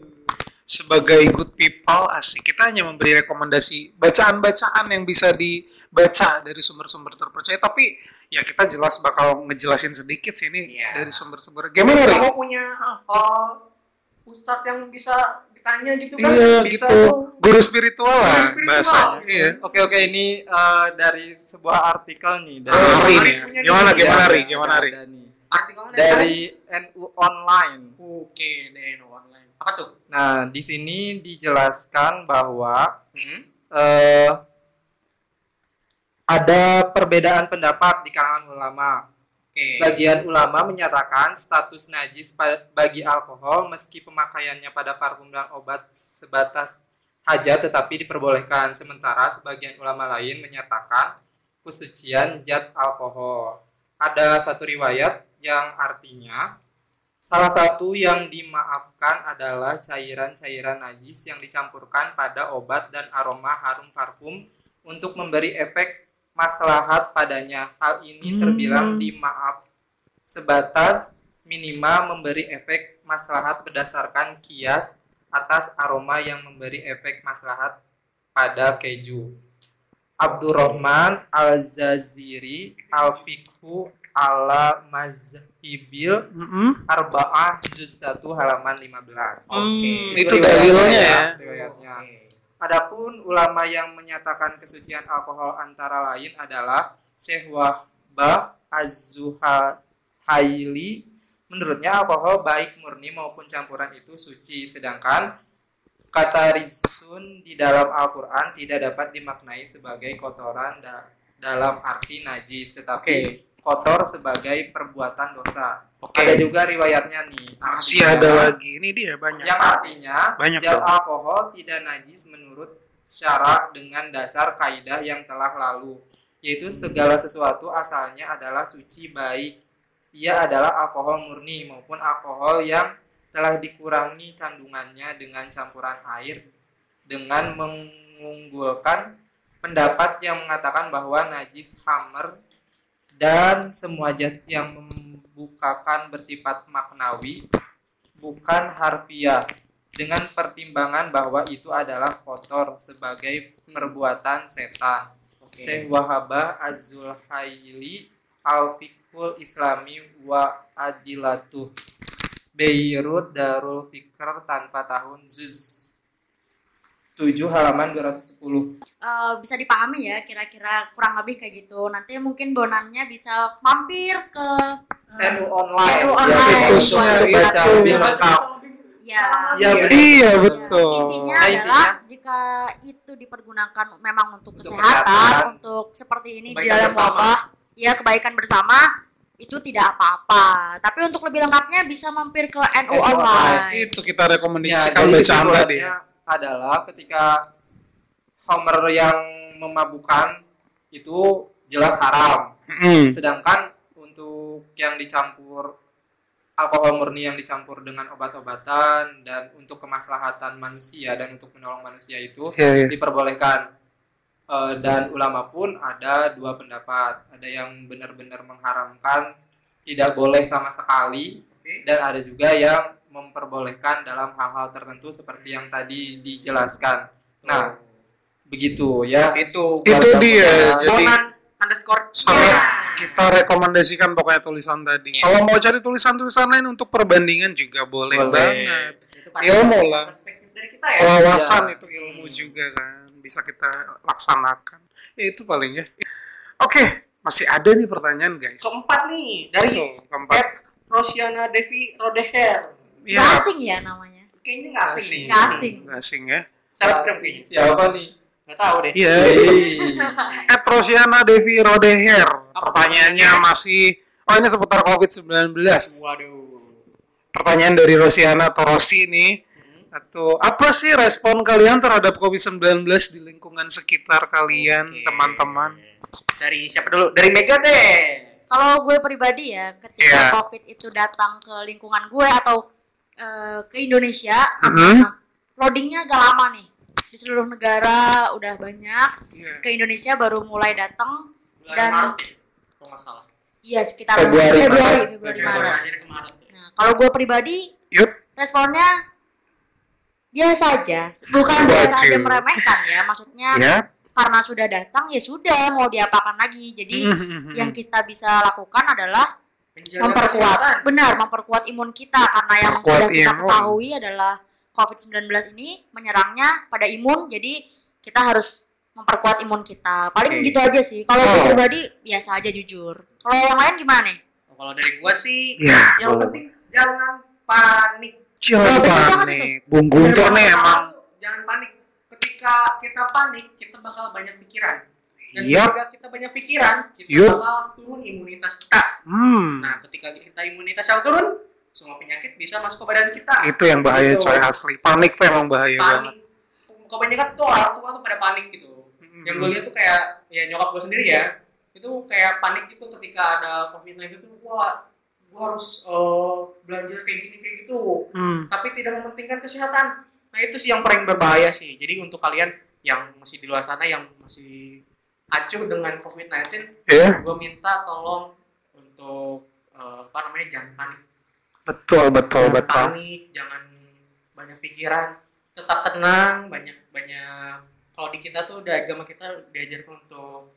Speaker 1: sebagai good people asik. Kita hanya memberi rekomendasi bacaan-bacaan yang bisa dibaca dari sumber-sumber terpercaya. Tapi ya kita jelas bakal ngejelasin sedikit sih ini
Speaker 2: Iya.
Speaker 1: dari sumber-sumber. Gimana Ri?
Speaker 2: Kamu punya uh, ustadz yang bisa ditanya gitu kan?
Speaker 1: Iya
Speaker 2: bisa
Speaker 1: gitu.
Speaker 2: tuh.
Speaker 1: Guru spiritual
Speaker 2: Guru
Speaker 1: lah
Speaker 2: spiritual.
Speaker 1: bahasanya. Iya.
Speaker 5: Oke oke ini eh, dari sebuah artikel nih dari
Speaker 1: Ah, Ri
Speaker 2: Ari
Speaker 1: nih.
Speaker 2: punya
Speaker 1: Gimana
Speaker 2: nih.
Speaker 1: gimana
Speaker 5: Ya,
Speaker 1: Ri? Gimana Ri?
Speaker 5: ada nih.
Speaker 2: Artikelnya
Speaker 5: Dari N U Online.
Speaker 2: Oke, dari online. Apa tuh?
Speaker 5: Nah, di sini dijelaskan bahwa
Speaker 2: Hmm?
Speaker 5: eh, ada perbedaan pendapat di kalangan ulama.
Speaker 2: Oke.
Speaker 5: Sebagian ulama menyatakan status najis pa- bagi alkohol meski pemakaiannya pada parfum dan obat sebatas hajat tetapi diperbolehkan. Sementara sebagian ulama lain menyatakan kesucian zat alkohol. Ada satu riwayat yang artinya salah satu yang dimaafkan adalah cairan-cairan najis yang dicampurkan pada obat dan aroma harum parfum untuk memberi efek maslahat padanya. Hal ini terbilang dimaaf sebatas minimal memberi efek maslahat berdasarkan kias atas aroma yang memberi efek maslahat pada keju. Abdurrahman Al-Zaziri Al-Fiqhu ala Mazhibil
Speaker 1: Mm-mm.
Speaker 5: Arba'ah juz satu halaman lima belas.
Speaker 1: Hmm,
Speaker 5: Itu
Speaker 1: itu dalilnya ya.
Speaker 5: riwayatnya. Adapun ulama yang menyatakan kesucian alkohol antara lain adalah Syekh Wahbah Az-Zuhaili. Menurutnya alkohol baik murni maupun campuran itu suci, sedangkan kata rijsun di dalam Al-Quran tidak dapat dimaknai sebagai kotoran da- dalam arti najis, tetapi kotor sebagai perbuatan dosa.
Speaker 2: Oke.
Speaker 5: Ada juga riwayatnya nih.
Speaker 1: Masih
Speaker 5: artinya-
Speaker 1: ada lagi. Ini dia banyak.
Speaker 5: yang artinya
Speaker 1: Banyak
Speaker 5: zat
Speaker 1: dong.
Speaker 5: alkohol tidak najis menurut syara dengan dasar kaidah yang telah lalu, yaitu segala sesuatu asalnya adalah suci baik ia adalah alkohol murni maupun alkohol yang telah dikurangi kandungannya dengan campuran air, dengan mengunggulkan pendapat yang mengatakan bahwa najis khamr dan semua zat yang membukakan bersifat maknawi bukan harfiah, dengan pertimbangan bahwa itu adalah kotor sebagai perbuatan setan. Syekh Wahabah Az-Zulhaili Al-Fiqhul Islami wa Adilatuh, Beirut Darul Fikr tanpa tahun Juz tujuh halaman dua ratus sepuluh.
Speaker 4: Eh, bisa dipahami ya kira-kira kurang lebih kayak gitu. Nanti mungkin Bonannya bisa mampir ke
Speaker 5: N U online.
Speaker 4: N U
Speaker 5: Ya,
Speaker 4: online.
Speaker 5: untuk
Speaker 1: Iya,
Speaker 5: baca
Speaker 1: itu.
Speaker 5: lebih lengkap.
Speaker 4: ya.
Speaker 5: Ya,
Speaker 1: Iya,
Speaker 4: Ya,
Speaker 1: betul.
Speaker 4: intinya
Speaker 5: Nah,
Speaker 4: adalah jika itu dipergunakan memang untuk
Speaker 5: Untuk
Speaker 4: kesehatan,
Speaker 5: kesehatan.
Speaker 4: untuk seperti ini di
Speaker 2: Kebaikan
Speaker 4: dalam
Speaker 2: bersama.
Speaker 4: wabah, ya kebaikan bersama itu tidak apa-apa. Tapi untuk lebih lengkapnya bisa mampir ke N U
Speaker 5: N U
Speaker 4: online.
Speaker 1: Itu kita
Speaker 5: Ya,
Speaker 1: rekomendasikan
Speaker 5: jadi
Speaker 1: bacaan tadi.
Speaker 5: kesimpulannya adalah ketika homer yang memabukkan itu jelas haram.
Speaker 1: Mm.
Speaker 5: Sedangkan untuk yang dicampur alkohol murni yang dicampur dengan obat-obatan dan untuk kemaslahatan manusia dan untuk menolong manusia itu
Speaker 1: Iya, iya.
Speaker 5: diperbolehkan. Eh, dan ulama pun ada dua pendapat. Ada yang benar-benar mengharamkan tidak boleh sama sekali,
Speaker 2: Oke.
Speaker 5: dan ada juga yang memperbolehkan dalam hal-hal tertentu seperti yang tadi dijelaskan. Nah, begitu ya.
Speaker 2: Itu
Speaker 1: Itu
Speaker 5: Warga
Speaker 1: dia.
Speaker 5: Bonan.
Speaker 1: Jadi
Speaker 2: Bonan underscore
Speaker 1: sama
Speaker 2: ya.
Speaker 1: kita rekomendasikan pokoknya tulisan tadi.
Speaker 2: Iya.
Speaker 1: Kalau mau cari tulisan-tulisan lain untuk perbandingan juga boleh,
Speaker 5: Boleh.
Speaker 1: banget.
Speaker 2: Itu kan
Speaker 1: Ilmu lah.
Speaker 2: perspektif dari kita ya.
Speaker 1: Wawasan
Speaker 5: Iya.
Speaker 1: itu ilmu juga kan bisa kita laksanakan. Ya, itu paling ya. Oke, masih ada nih pertanyaan guys.
Speaker 2: Keempat nih dari
Speaker 1: Betul, keempat.
Speaker 2: Ed Rosiana Devi Rodeher.
Speaker 1: Iya.
Speaker 4: Nggak asing ya namanya.
Speaker 2: Kayaknya nggak asing nih.
Speaker 4: Nggak asing.
Speaker 1: Nggak asing ya.
Speaker 2: Selebgram kayaknya.
Speaker 5: Siapa nih?
Speaker 2: Nggak tahu deh.
Speaker 1: Iya.
Speaker 5: Hei.
Speaker 1: Ed Rosiana Devi Rodeher.
Speaker 2: Apa
Speaker 1: Pertanyaannya
Speaker 2: pertanyaannya?
Speaker 1: masih oh ini seputar covid sembilan belas.
Speaker 2: Waduh.
Speaker 1: Pertanyaan dari Rosiana atau Rosi nih. Atau apa sih respon kalian terhadap covid sembilan belas di lingkungan sekitar kalian,
Speaker 2: Oke.
Speaker 1: teman-teman?
Speaker 2: Dari siapa dulu? Dari Mega deh.
Speaker 4: Kalau gue pribadi ya, ketika
Speaker 1: Iya.
Speaker 4: COVID itu datang ke lingkungan gue atau eh, ke Indonesia,
Speaker 1: Mhm.
Speaker 4: nah, loadingnya agak lama nih. Di seluruh negara udah banyak,
Speaker 1: Iya.
Speaker 4: ke Indonesia baru mulai datang.
Speaker 2: Bulan
Speaker 4: Dan-
Speaker 2: Maret ya, kalau nggak salah.
Speaker 4: Iya sekitar
Speaker 5: Februari,
Speaker 4: Februari,
Speaker 5: Maret.
Speaker 4: Februari,
Speaker 5: Februari.
Speaker 4: Maret.
Speaker 2: Akhir ke Maret.
Speaker 4: Nah, kalau gue pribadi
Speaker 1: Yup.
Speaker 4: responnya biasa aja, bukan biasa aja
Speaker 1: Waduh.
Speaker 4: meremehkan ya, maksudnya
Speaker 1: Ya.
Speaker 4: karena sudah datang ya sudah mau diapakan lagi. Jadi
Speaker 1: Mhm.
Speaker 4: yang kita bisa lakukan adalah
Speaker 2: Menjaga
Speaker 4: memperkuat,
Speaker 2: kesehatan.
Speaker 4: benar memperkuat imun kita karena yang
Speaker 1: Memperkuat
Speaker 4: sudah kita
Speaker 1: imun.
Speaker 4: ketahui adalah covid sembilan belas ini menyerangnya pada imun, jadi kita harus memperkuat imun kita. Paling
Speaker 1: Oke.
Speaker 4: gitu aja sih. Kalau
Speaker 1: Oh.
Speaker 4: gue pribadi biasa aja jujur. Kalau yang lain gimana nih?
Speaker 2: Oh, kalau dari gua sih,
Speaker 1: Ya,
Speaker 2: yang
Speaker 5: boleh.
Speaker 2: penting jangan panik.
Speaker 1: Jangan
Speaker 4: betul banget
Speaker 1: panik. Bung Guntur nih
Speaker 2: Yang
Speaker 1: emang.
Speaker 2: pertama, jangan panik. Ketika kita panik, kita bakal banyak pikiran. Dan
Speaker 1: Yap.
Speaker 2: ketika kita banyak pikiran, kita
Speaker 1: Yup.
Speaker 2: bakal turun imunitas kita.
Speaker 1: Hmm.
Speaker 2: Nah, ketika kita imunitas yang turun, semua penyakit bisa masuk ke badan kita.
Speaker 1: Itu yang bahaya
Speaker 2: Gitu.
Speaker 1: coy asli. Panik tuh emang bahaya banget.
Speaker 2: Panik. Kebanyakan tuh orang tua tuh pada panik gitu.
Speaker 1: Hmm.
Speaker 2: Yang gue lihat tuh kayak ya nyokap gue sendiri ya, itu kayak panik gitu ketika ada covid sembilan belas itu, wah gue harus eh, belanja kayak gini kayak gitu,
Speaker 1: Hmm.
Speaker 2: tapi tidak mementingkan kesehatan. Nah itu sih yang paling berbahaya sih. Jadi untuk kalian yang masih di luar sana yang masih acuh dengan covid sembilan belas,
Speaker 1: Ya,
Speaker 2: gue minta tolong untuk eh, apa namanya jangan panik,
Speaker 1: betul betul
Speaker 2: jangan
Speaker 1: betul.
Speaker 2: panik, jangan banyak pikiran, tetap tenang, banyak banyak. Kalau di kita tuh udah agama kita diajarkan untuk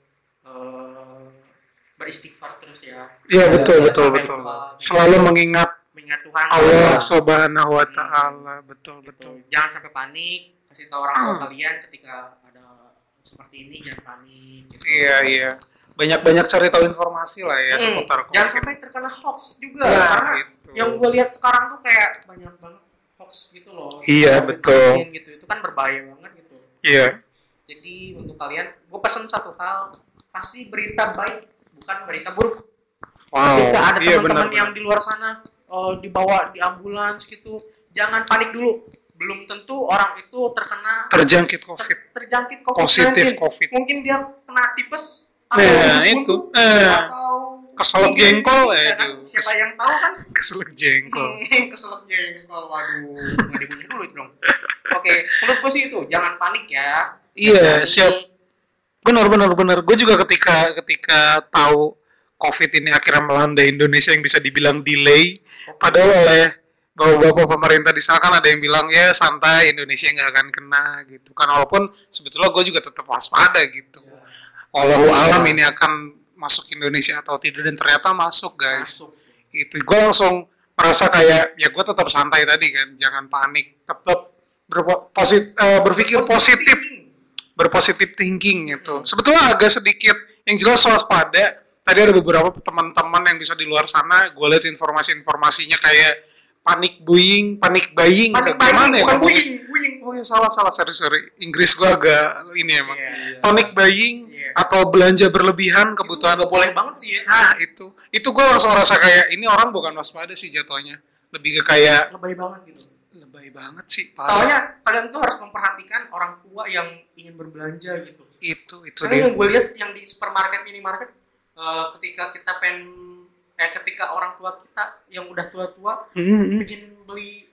Speaker 2: eh, beristighfar terus ya,
Speaker 1: Iya betul
Speaker 5: Ya,
Speaker 1: betul
Speaker 2: sampai
Speaker 1: betul.
Speaker 2: lupa.
Speaker 1: Selalu mengingat
Speaker 2: mengingat Tuhan.
Speaker 1: Allah
Speaker 2: Ya.
Speaker 1: Subhanahu wa taala. Betul
Speaker 2: Gitu.
Speaker 1: betul.
Speaker 2: Jangan sampai panik. Kasih tahu orang tua kalian ketika ada seperti ini jangan panik. Gitu.
Speaker 1: Iya iya. Banyak-banyak cari tahu informasi lah ya
Speaker 2: Hmm,
Speaker 1: seputar
Speaker 2: jangan
Speaker 1: COVID.
Speaker 2: sampai terkena hoax juga.
Speaker 1: Ya,
Speaker 2: Karena
Speaker 1: gitu.
Speaker 2: yang gue lihat sekarang tuh kayak banyak banget hoax gitu loh.
Speaker 1: Iya,
Speaker 2: covid
Speaker 1: betul.
Speaker 2: sembilan belas gitu. Itu kan berbahaya banget gitu.
Speaker 1: Iya.
Speaker 2: Jadi untuk kalian, gue pesan satu hal, kasih berita baik, bukan berita buruk.
Speaker 1: Wow.
Speaker 2: Ketika ada
Speaker 1: Iya
Speaker 2: teman-teman
Speaker 1: benar.
Speaker 2: yang di luar sana eh, dibawa di ambulans gitu, jangan panik dulu. Belum tentu orang itu terkena
Speaker 1: Terjangkit COVID.
Speaker 2: ter- terjangkit covid sembilan
Speaker 1: Positif
Speaker 2: belas.
Speaker 1: COVID.
Speaker 2: Mungkin dia kena tipes atau
Speaker 1: Nah,
Speaker 2: buntu,
Speaker 1: itu. Eh.
Speaker 2: atau
Speaker 1: Keselak
Speaker 2: mungkin-
Speaker 1: jengkol,
Speaker 2: ya kan?
Speaker 1: aduh.
Speaker 2: Siapa yang tahu kan?
Speaker 1: Keselak jengkol.
Speaker 2: Hmm, keselak jengkol, waduh, nggak dibunyi dulu itu dong. Oke, menurut gue sih itu, jangan panik ya.
Speaker 1: Iya,
Speaker 2: Jadi,
Speaker 1: siap. Benar benar benar. Gue juga ketika ketika tahu COVID ini akhirnya melanda Indonesia yang bisa dibilang delay, padahal oleh bapak-bapak pemerintah di sana kan ada yang bilang ya santai Indonesia nggak akan kena gitu kan, walaupun sebetulnya gue juga tetap waspada gitu. Wallahu alam ini akan masuk Indonesia atau tidak, dan ternyata masuk guys.
Speaker 2: Masuk.
Speaker 1: Itu gue langsung merasa kayak ya gue tetap santai tadi kan, jangan panik, tetap berposit, eh, berpikir positif, berpositif thinking gitu. Sebetulnya agak sedikit yang jelas waspada. Tadi ada beberapa teman-teman yang bisa di luar sana, gue lihat informasi-informasinya kayak panik buying, panik buying,
Speaker 2: Panik
Speaker 1: gimana
Speaker 2: buying,
Speaker 1: ya?
Speaker 2: bukan
Speaker 1: ngomongnya?
Speaker 2: buying, buying.
Speaker 1: Oh ya salah salah sorry sorry. Inggris gue agak ini emang.
Speaker 2: Iya.
Speaker 1: Panic buying
Speaker 2: Iya.
Speaker 1: atau belanja berlebihan
Speaker 2: Itu
Speaker 1: kebutuhan.
Speaker 2: nggak boleh banget sih ya.
Speaker 1: Nah itu, itu gue langsung rasa kayak ini orang bukan waspada sih jatuhnya, lebih ke kayak
Speaker 2: Lebay banget gitu.
Speaker 1: lebay banget sih. parah.
Speaker 2: Soalnya kalian tuh harus memperhatikan orang tua yang ingin berbelanja gitu.
Speaker 1: itu itu
Speaker 2: Soalnya
Speaker 1: dia.
Speaker 2: yang gue lihat yang di supermarket minimarket eh, ketika kita pengen eh ketika orang tua kita yang udah tua-tua
Speaker 1: Hmm,
Speaker 2: bikin beli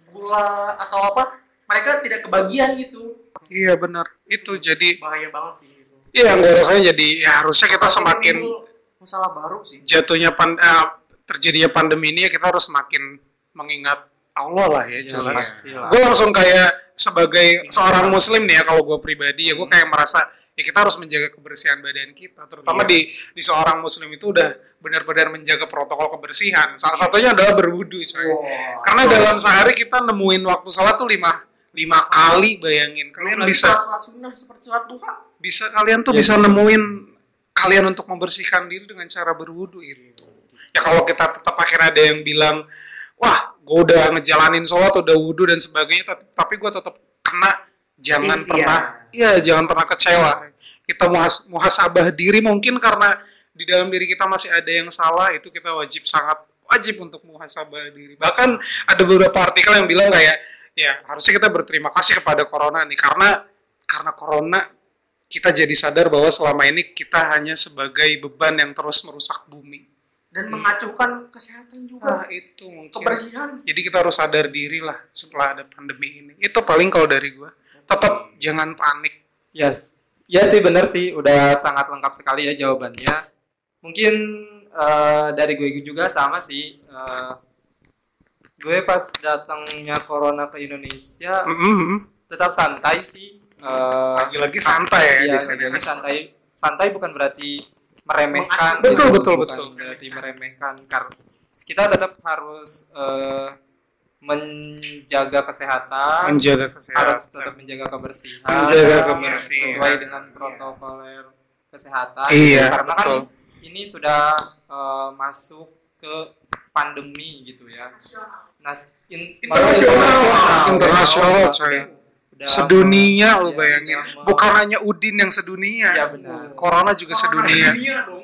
Speaker 2: gula atau apa, mereka tidak kebagian gitu.
Speaker 1: iya benar. Itu jadi,
Speaker 2: Bahaya banget sih gitu.
Speaker 1: iya gue rasanya jadi ya harusnya kita
Speaker 2: Kalau
Speaker 1: semakin
Speaker 2: timbul masalah baru sih.
Speaker 1: jatuhnya pan, eh, terjadinya pandemi ini ya kita harus semakin mengingat Allah lah ya
Speaker 5: Ya,
Speaker 1: jelas.
Speaker 5: pastilah.
Speaker 1: Gue langsung kayak sebagai seorang muslim nih ya kalau gue pribadi ya gue kayak merasa ya kita harus menjaga kebersihan badan kita terutama
Speaker 2: Iya.
Speaker 1: di di seorang muslim itu udah benar-benar menjaga protokol kebersihan. Salah satunya adalah berwudu coy. Karena dalam sehari kita nemuin waktu sholat tuh lima lima kali, bayangin. Kalian
Speaker 2: Lagi
Speaker 1: bisa
Speaker 2: sholat sunnah seperti sholat duha.
Speaker 1: bisa kalian tuh
Speaker 5: Ya,
Speaker 1: bisa
Speaker 5: bisa.
Speaker 1: nemuin kalian untuk membersihkan diri dengan cara berwudu itu. Ya kalau kita tetap akhirnya ada yang bilang, wah, gue udah ngejalanin sholat, udah wudu dan sebagainya, tat- tapi gue tetap kena, jangan
Speaker 2: Iya.
Speaker 1: pernah, iya jangan pernah kecewa. Kita muhas- muhasabah diri mungkin karena di dalam diri kita masih ada yang salah, itu kita wajib sangat wajib untuk muhasabah diri. Bahkan ada beberapa artikel yang bilang kayak, ya harusnya kita berterima kasih kepada corona nih karena karena corona kita jadi sadar bahwa selama ini kita hanya sebagai beban yang terus merusak bumi.
Speaker 2: Dan mengacuhkan kesehatan juga.
Speaker 1: Nah, itu mungkin.
Speaker 2: Kebersihan.
Speaker 1: Jadi kita harus sadar diri lah setelah ada pandemi ini. Itu paling kalau dari gua. Tetap jangan panik.
Speaker 5: Yes. Ya sih benar sih, udah sangat lengkap sekali ya jawabannya. Mungkin eh, dari gue juga sama sih. Eh, gue pas datangnya corona ke Indonesia
Speaker 1: Mm-hmm.
Speaker 5: tetap santai sih. Eh,
Speaker 1: Lagi-lagi santai ya
Speaker 5: iya,
Speaker 1: di sini.
Speaker 5: lagi-lagi santai. Santai bukan berarti meremehkan.
Speaker 1: Betul,
Speaker 5: gitu.
Speaker 1: betul,
Speaker 5: bukan
Speaker 1: betul.
Speaker 5: berarti meremehkan. Karena kita tetap harus eh, menjaga kesehatan.
Speaker 1: Menjaga kesehatan.
Speaker 5: Harus tetap menjaga kebersihan,
Speaker 1: Menjaga kebersihan.
Speaker 5: sesuai dengan protokoler kesehatan.
Speaker 1: Iya,
Speaker 5: karena kan
Speaker 1: betul.
Speaker 5: ini sudah eh, masuk ke pandemi gitu ya. Nas in,
Speaker 1: Internasional. Internasional,
Speaker 5: Udah-
Speaker 1: coy.
Speaker 5: udah-
Speaker 1: Sedunia lo
Speaker 5: ya,
Speaker 1: bayangin.
Speaker 5: udah mau-
Speaker 1: Bukan hanya Udin yang sedunia.
Speaker 5: Iya, benar.
Speaker 1: Corona juga sedunia.
Speaker 2: Dunia dong.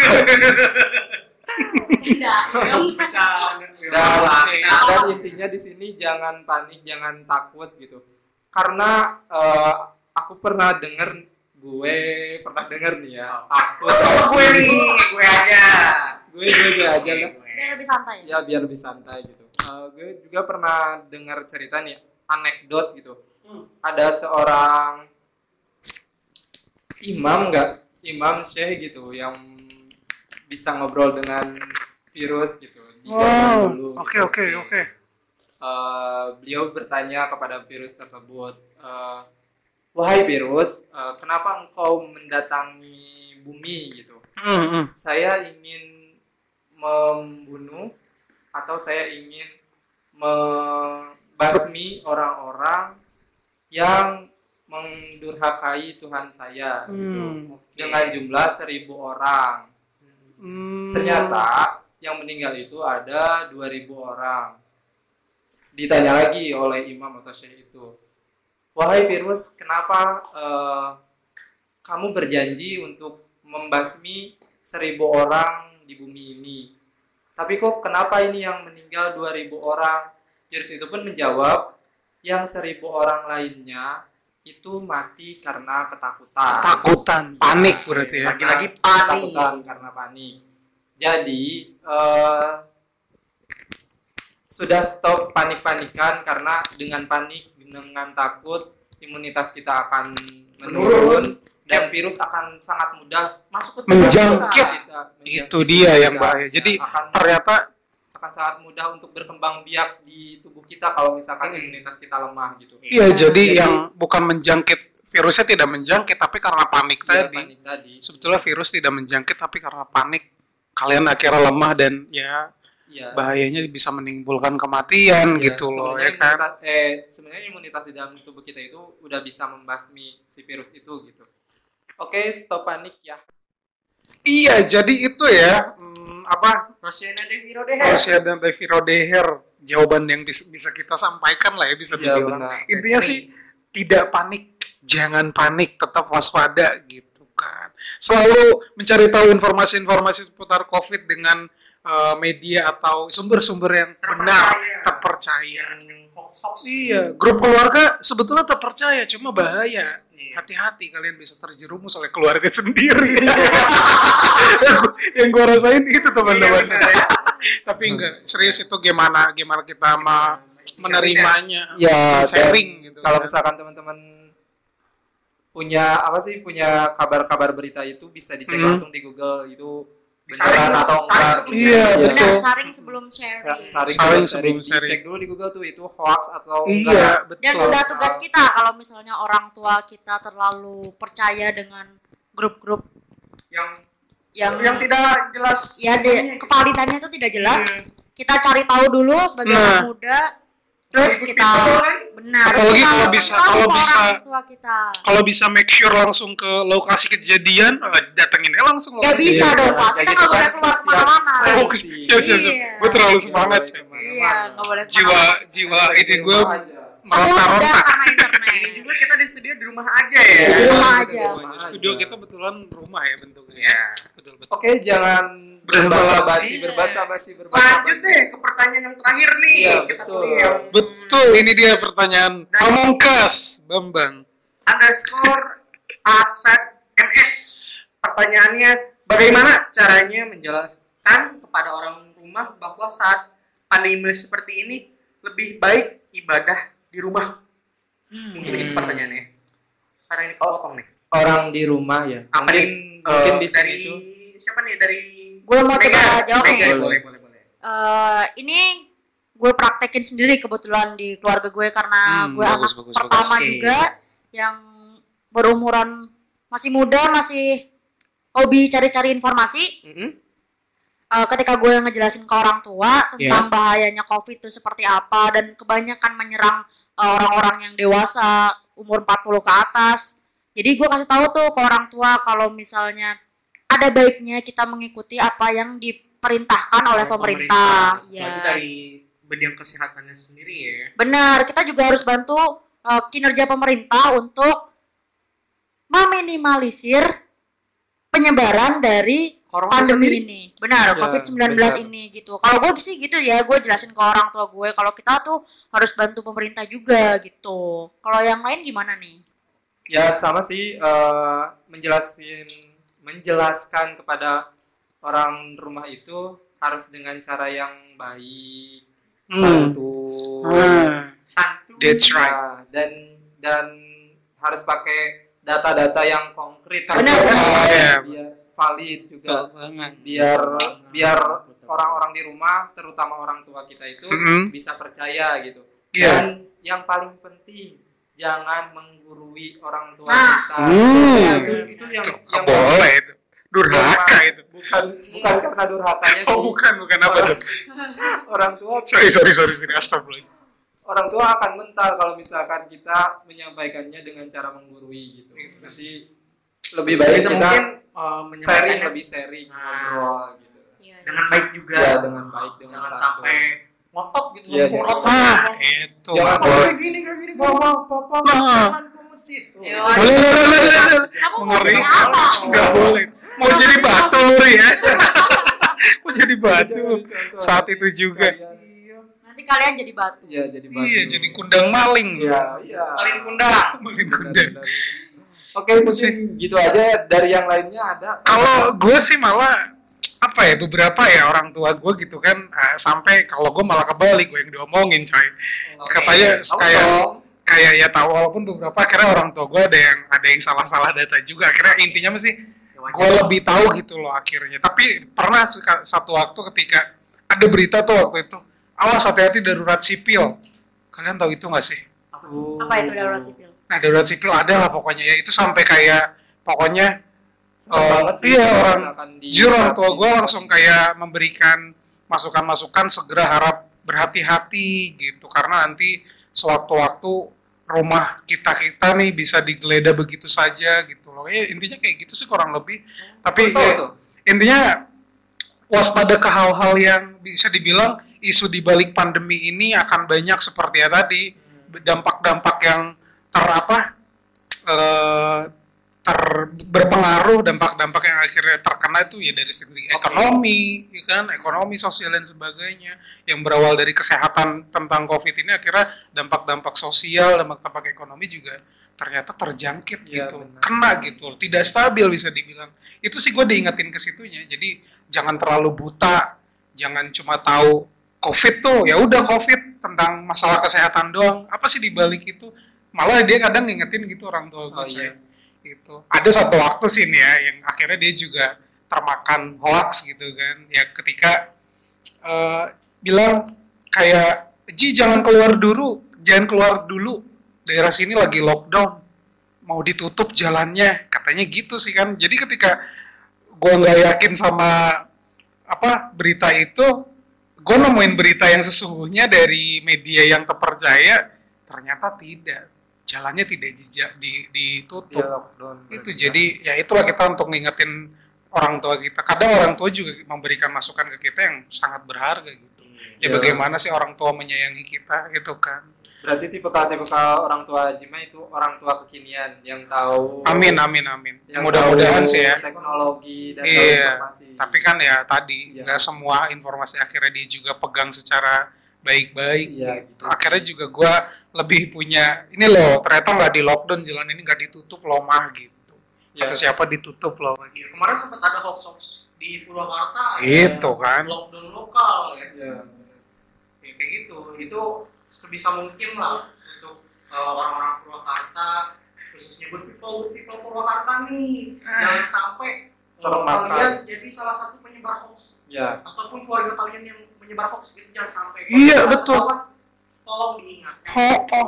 Speaker 4: Tidak.
Speaker 2: Bercanda.
Speaker 5: Dan,
Speaker 2: Oke.
Speaker 5: dan intinya di sini jangan panik, jangan takut gitu. Karena eh, aku pernah denger, gue pernah denger nih ya. Aku
Speaker 2: Oh, gue nih, gue aja.
Speaker 5: gue gue, gue aja lah.
Speaker 4: Biar lebih santai.
Speaker 5: Ya biar lebih santai gitu. Eh, gue juga pernah dengar cerita nih, anekdot gitu.
Speaker 2: Hmm.
Speaker 5: Ada seorang imam nggak, imam syekh gitu yang bisa ngobrol dengan virus gitu di zaman dulu.
Speaker 1: Oke
Speaker 5: gitu.
Speaker 1: oke oke.
Speaker 5: Eh, beliau bertanya kepada virus tersebut, eh, wahai virus, eh, kenapa engkau mendatangi bumi gitu?
Speaker 1: Hmm,
Speaker 5: Saya ingin membunuh atau saya ingin membasmi orang-orang yang mendurhakai Tuhan saya gitu.
Speaker 1: Hmm.
Speaker 5: Dengan jumlah seribu orang.
Speaker 1: Hmm.
Speaker 5: Ternyata yang meninggal itu ada dua ribu orang. Ditanya lagi oleh imam atau syekh itu, wahai virus, kenapa eh, kamu berjanji untuk membasmi seribu orang di bumi ini, tapi kok kenapa ini yang meninggal dua ribu orang? Virus itu pun menjawab, yang seribu orang lainnya itu mati karena ketakutan.
Speaker 1: Takutan, panik berarti ya.
Speaker 2: Lagi-lagi panik.
Speaker 5: Ketakutan karena panik. Jadi eh, sudah stop panik-panikan, karena dengan panik, dengan takut, imunitas kita akan menurun dan virus akan sangat mudah
Speaker 2: Masuk ke
Speaker 1: Menjangkit.
Speaker 5: kita.
Speaker 1: Itu dia yang
Speaker 5: kita.
Speaker 1: bahaya. Jadi
Speaker 5: akan
Speaker 1: ternyata
Speaker 5: akan sangat mudah untuk berkembang biak di tubuh kita kalau misalkan
Speaker 1: Hmm.
Speaker 5: imunitas kita lemah gitu.
Speaker 1: iya jadi
Speaker 5: Jadi-
Speaker 1: yang bukan menjangkit, virusnya tidak menjangkit tapi karena panik
Speaker 5: Iya,
Speaker 1: tadi.
Speaker 5: panik tadi.
Speaker 1: Sebetulnya virus tidak menjangkit tapi karena panik kalian akhirnya lemah dan ya
Speaker 5: Iya.
Speaker 1: bahayanya bisa menimbulkan kematian
Speaker 5: Ya,
Speaker 1: gitu loh ya
Speaker 5: sebenarnya
Speaker 1: kan.
Speaker 5: imunitas, eh sebenarnya imunitas di dalam tubuh kita itu udah bisa membasmi si virus itu gitu. Oke, stop panik ya.
Speaker 1: Iya, jadi itu ya hmm, apa
Speaker 2: Rosiana de Virodeher.
Speaker 1: Rosya dan Deher jawaban yang bisa, bisa kita sampaikan lah ya, bisa
Speaker 5: Iya,
Speaker 1: dibilang.
Speaker 5: benar.
Speaker 1: Intinya sih tidak panik, jangan panik, tetap waspada gitu kan. Selalu mencari tahu informasi-informasi seputar COVID dengan uh, media atau sumber-sumber yang benar, terpercaya.
Speaker 2: Hoax-hoax.
Speaker 1: Iya, grup keluarga sebetulnya terpercaya, cuma bahaya.
Speaker 2: Iya.
Speaker 1: Hati-hati, kalian bisa terjerumus oleh keluarga sendiri. yang, gua- yang gua rasain itu teman-teman. Tapi enggak, serius itu gimana gimana kita ma- menerimanya,
Speaker 5: Ya,
Speaker 1: sharing gitu.
Speaker 5: Kalau
Speaker 1: kan.
Speaker 5: misalkan teman-teman punya apa sih punya kabar-kabar berita itu bisa dicek
Speaker 1: Hmm.
Speaker 5: langsung di Google itu
Speaker 2: Disaring
Speaker 5: beneran
Speaker 2: dulu,
Speaker 5: atau
Speaker 2: saring
Speaker 5: enggak.
Speaker 2: sebelum
Speaker 1: Iya,
Speaker 2: sharing.
Speaker 1: betul.
Speaker 4: Benar, saring sebelum
Speaker 5: Sa-
Speaker 4: sharing.
Speaker 5: saring,
Speaker 1: Saring
Speaker 5: sebelum
Speaker 1: sebelum
Speaker 5: sharing.
Speaker 1: sharing.
Speaker 5: Dicek dulu di Google tuh itu hoax atau
Speaker 1: Iya,
Speaker 5: enggak.
Speaker 1: betul.
Speaker 4: Dan sudah tugas kita kalau misalnya orang tua kita terlalu percaya dengan grup-grup
Speaker 2: Yang
Speaker 4: yang
Speaker 2: yang tidak jelas.
Speaker 4: ya de, kevalidannya itu tidak jelas.
Speaker 2: Iya.
Speaker 4: Kita cari tahu dulu sebagai
Speaker 1: Nah.
Speaker 4: anak muda, terus
Speaker 2: Ikut
Speaker 4: kita
Speaker 2: people, kan?
Speaker 4: benar.
Speaker 1: Apalagi
Speaker 4: kita
Speaker 1: kalau bisa-
Speaker 4: tahu
Speaker 1: kalau
Speaker 4: ke
Speaker 1: bisa-
Speaker 4: orang tua kita.
Speaker 1: Kalau bisa make sure langsung ke lokasi kejadian, eh, datengin aja langsung
Speaker 4: Gak
Speaker 1: lokasi.
Speaker 4: bisa
Speaker 5: Iya,
Speaker 4: dong pak,
Speaker 5: kayak
Speaker 4: kita
Speaker 5: gitu
Speaker 4: nggak boleh
Speaker 5: kan
Speaker 4: keluar
Speaker 5: siap-
Speaker 4: kemana-mana.
Speaker 5: siap-
Speaker 1: Oh, siap, siap, siap.
Speaker 4: Iya.
Speaker 1: Gue terlalu
Speaker 5: Nggak
Speaker 1: semangat.
Speaker 5: boleh
Speaker 1: coy.
Speaker 5: kemana-mana.
Speaker 4: Iya, nggak boleh
Speaker 1: Jiwa,
Speaker 4: kemana-mana.
Speaker 1: jiwa
Speaker 5: Hashtag
Speaker 1: ini
Speaker 5: di
Speaker 1: gue
Speaker 5: rumah aja.
Speaker 4: Semua udah
Speaker 1: meronta-ronta.
Speaker 4: karena internet.
Speaker 2: Ini juga kita di studio di rumah aja ya.
Speaker 4: Di
Speaker 5: Iya,
Speaker 4: rumah
Speaker 5: kita
Speaker 4: aja.
Speaker 5: di rumah
Speaker 1: Studio
Speaker 5: aja.
Speaker 1: kita betulan rumah ya bentuknya.
Speaker 2: Iya.
Speaker 1: Betul betul.
Speaker 5: Oke, jangan berbasa-basi,
Speaker 2: Iya.
Speaker 5: berbasa-basi,
Speaker 2: Lanjut
Speaker 5: berbasa-basi.
Speaker 2: deh ke pertanyaan yang terakhir nih.
Speaker 5: Iya,
Speaker 2: kita
Speaker 5: betul.
Speaker 2: pilih yang
Speaker 1: Betul, ini dia pertanyaan
Speaker 2: Dan-
Speaker 1: Pamungkas Bambang.
Speaker 2: underscore aset ms. Pertanyaannya, bagaimana caranya menjelaskan kepada orang rumah bahwa saat pandemi seperti ini lebih baik ibadah di rumah? Mungkin itu pertanyaannya. Karena ini kepotong nih.
Speaker 5: Orang di rumah ya.
Speaker 2: Apa
Speaker 5: mungkin
Speaker 2: nih?
Speaker 5: mungkin
Speaker 2: Eh,
Speaker 5: di
Speaker 2: dari
Speaker 5: sini itu
Speaker 2: siapa nih? Dari
Speaker 4: Gue mau
Speaker 2: Mega.
Speaker 4: coba jawab
Speaker 2: Mega,
Speaker 4: nih.
Speaker 2: boleh, boleh, boleh.
Speaker 4: Eh, ini gue praktekin sendiri kebetulan di keluarga gue karena
Speaker 1: Hmm,
Speaker 4: gue
Speaker 1: bagus,
Speaker 4: anak
Speaker 1: bagus,
Speaker 4: pertama
Speaker 2: bagus.
Speaker 4: juga yang berumuran masih muda, masih hobi cari-cari informasi.
Speaker 2: Mm-mm.
Speaker 4: Eh, ketika gue ngejelasin ke orang tua tentang bahayanya COVID itu seperti apa dan kebanyakan menyerang eh, orang-orang yang dewasa umur empat puluh ke atas. Jadi gue kasih tahu tuh ke orang tua kalau misalnya ada baiknya kita mengikuti apa yang diperintahkan oleh pemerintah.
Speaker 2: Berarti
Speaker 4: Ya.
Speaker 2: dari bidang kesehatannya sendiri ya.
Speaker 4: Benar, kita juga harus bantu uh, kinerja pemerintah untuk meminimalisir penyebaran dari
Speaker 2: Corona
Speaker 4: pandemi
Speaker 2: sendiri.
Speaker 4: ini. Benar,
Speaker 5: Ya,
Speaker 4: covid sembilan belas
Speaker 5: benar.
Speaker 4: ini gitu. Kalau gue sih gitu ya, gue jelasin ke orang tua gue kalau kita tuh harus bantu pemerintah juga gitu. Kalau yang lain gimana nih?
Speaker 5: ya sama sih eh, menjelasin menjelaskan kepada orang rumah itu harus dengan cara yang baik,
Speaker 1: Hmm.
Speaker 5: santun,
Speaker 1: Ah,
Speaker 2: Santun.
Speaker 1: That's right.
Speaker 5: ya, dan dan harus pakai data-data yang konkret,
Speaker 4: Benar,
Speaker 5: biar-
Speaker 1: benar. Iya.
Speaker 5: biar valid juga,
Speaker 1: betul banget.
Speaker 5: biar biar orang-orang di rumah, terutama orang tua kita itu
Speaker 1: Mm-mm.
Speaker 5: bisa percaya gitu.
Speaker 1: Iya.
Speaker 5: Dan yang paling penting jangan menggurui orang tua
Speaker 4: Nah.
Speaker 5: kita.
Speaker 1: Hmm.
Speaker 5: Ya, itu itu yang
Speaker 1: Itu
Speaker 5: yang
Speaker 1: nggak boleh itu. Durhaka itu.
Speaker 5: bukan bukan karena durhakanya sih.
Speaker 1: Oh bukan, bukan apa tuh?
Speaker 5: Orang tua
Speaker 1: Sorry, sorry, sorry, sorry. Astagfirullah.
Speaker 5: orang tua akan mental kalau misalkan kita menyampaikannya dengan cara menggurui gitu. Jadi lebih baik
Speaker 2: Bisa
Speaker 5: kita
Speaker 2: mungkin uh,
Speaker 5: sharing,
Speaker 2: menyampaikannya
Speaker 5: lebih sharing,
Speaker 2: Nah.
Speaker 5: ngobrol gitu.
Speaker 4: Iya.
Speaker 2: dengan baik juga.
Speaker 5: Ya, dengan baik, dengan
Speaker 2: Jangan
Speaker 5: santun.
Speaker 2: sampai ngotot gitu.
Speaker 5: Iya,
Speaker 2: ngomong
Speaker 5: jangan-
Speaker 2: ngotot.
Speaker 1: Ah,
Speaker 2: ngomong,
Speaker 1: itu.
Speaker 5: Jangan
Speaker 1: nggak
Speaker 5: sampai
Speaker 1: boleh.
Speaker 2: kayak gini kayak gini.
Speaker 5: Mama, papa,
Speaker 1: Nah.
Speaker 5: jangan ke masjid.
Speaker 4: Ya,
Speaker 5: Oh,
Speaker 1: Boleh, boleh, boleh, boleh.
Speaker 4: Kamu mau
Speaker 1: Ngeri.
Speaker 4: jadi apa?
Speaker 1: Nggak boleh. Mau jadi batu lu ya? Mau jadi batu
Speaker 5: Jangan dicontoh.
Speaker 1: saat itu juga.
Speaker 5: Kalian-
Speaker 4: Nanti kalian jadi batu.
Speaker 5: Iya, jadi batu.
Speaker 1: Iya, jadi kundang maling.
Speaker 5: Iya, iya.
Speaker 2: Paling kundang.
Speaker 1: Maling
Speaker 5: Benar,
Speaker 1: kundang.
Speaker 5: benar. Oke, mungkin gitu aja. Dari yang lainnya ada.
Speaker 1: Kalau gue sih malah apa ya beberapa ya orang tua gue gitu kan eh, sampai kalau gue malah kebalik gue yang diomongin coy.
Speaker 2: Oke.
Speaker 1: Katanya
Speaker 5: Tahu
Speaker 1: kayak
Speaker 5: dong.
Speaker 1: kayak ya tahu walaupun beberapa akhirnya orang tua gue ada yang ada yang salah-salah data juga akhirnya intinya masih
Speaker 2: Ya, wajar.
Speaker 1: gue lebih tahu gitu loh akhirnya. Tapi pernah suka- satu waktu ketika ada berita tuh waktu itu awas hati-hati darurat sipil. Kalian tahu itu nggak sih?
Speaker 5: Oh.
Speaker 4: Apa itu darurat sipil?
Speaker 1: Nah darurat sipil ada lah pokoknya ya itu sampai kayak pokoknya
Speaker 5: Serem
Speaker 1: Oh,
Speaker 5: banget sih
Speaker 1: iya,
Speaker 5: kalau
Speaker 1: orang-
Speaker 5: misalkan di-
Speaker 1: jujur orang tua gue langsung kayak memberikan masukan-masukan segera harap berhati-hati gitu karena nanti sewaktu-waktu rumah kita-kita nih bisa digeledah begitu saja gitu loh. Ya intinya kayak gitu sih kurang lebih. Tapi
Speaker 3: Betul,
Speaker 1: ya,
Speaker 3: tuh.
Speaker 1: intinya waspada ke hal-hal yang bisa dibilang isu di balik pandemi ini akan banyak seperti ya tadi dampak-dampak yang ter apa eh, ter berpengaruh dampak-dampak yang akhirnya terkena itu ya dari segi ekonomi, ya kan, ekonomi, sosial dan sebagainya yang berawal dari kesehatan tentang COVID ini akhirnya dampak-dampak sosial, dampak-dampak ekonomi juga ternyata terjangkit
Speaker 5: Ya,
Speaker 1: gitu,
Speaker 5: benar.
Speaker 1: kena gitu, tidak stabil bisa dibilang. Itu sih gue diingetin ke situnya. Jadi jangan terlalu buta, jangan cuma tahu COVID tuh ya udah COVID tentang masalah kesehatan doang. Apa sih di balik itu? Malah dia kadang ngingetin gitu orang tua gue.
Speaker 5: Oh, iya.
Speaker 1: Gitu. Ada satu waktu sih nih ya yang akhirnya dia juga termakan hoax gitu kan. Ya ketika eh, bilang kayak Ji jangan keluar dulu, jangan keluar dulu. Daerah sini lagi lockdown. Mau ditutup jalannya, katanya gitu sih kan. Jadi ketika gue nggak yakin sama apa berita itu, gue nemuin berita yang sesungguhnya dari media yang terpercaya, ternyata tidak, jalannya tidak jejak di, ditutup.
Speaker 5: Dia lockdown.
Speaker 1: Itu jadi ya itulah kita untuk ngingetin orang tua kita. Kadang orang tua juga memberikan masukan ke kita yang sangat berharga gitu. Ya
Speaker 5: Ya.
Speaker 1: bagaimana sih orang tua menyayangi kita gitu kan.
Speaker 5: Berarti tipikal-tipikal orang tua Jima itu orang tua kekinian yang tahu.
Speaker 1: Amin amin amin.
Speaker 5: Yang
Speaker 1: Mudah-mudahan
Speaker 5: tahu
Speaker 1: sih ya.
Speaker 5: teknologi dan tahu
Speaker 1: Iya,
Speaker 5: informasi.
Speaker 1: tapi kan ya tadi
Speaker 5: Iya.
Speaker 1: nggak semua informasi akhirnya dia juga pegang secara baik-baik.
Speaker 5: Iya,
Speaker 1: gitu.
Speaker 5: gitu
Speaker 1: Akhirnya
Speaker 5: sih.
Speaker 1: juga gue lebih punya ini loh, ternyata nggak di lockdown jalan ini nggak ditutup loh mah gitu.
Speaker 5: Iya.
Speaker 1: Atau siapa ditutup loh.
Speaker 2: Ya, kemarin sempat ada hoax-hoax di Purwakarta
Speaker 1: Itu kan.
Speaker 2: lockdown lokal ya.
Speaker 5: Iya.
Speaker 2: Ya, kayak gitu. Itu sebisa mungkin lah untuk uh, orang-orang Purwakarta khususnya good people good people Purwakarta nih jangan sampai uh,
Speaker 5: Termakan.
Speaker 2: kalian jadi salah satu penyebar hoax
Speaker 5: Ya.
Speaker 2: ataupun keluarga kalian yang menyebar hoax gitu jangan sampai.
Speaker 1: Iya,
Speaker 2: Kalau
Speaker 1: betul.
Speaker 2: ketahuan, tolong diingatkan.
Speaker 1: Oh, oh.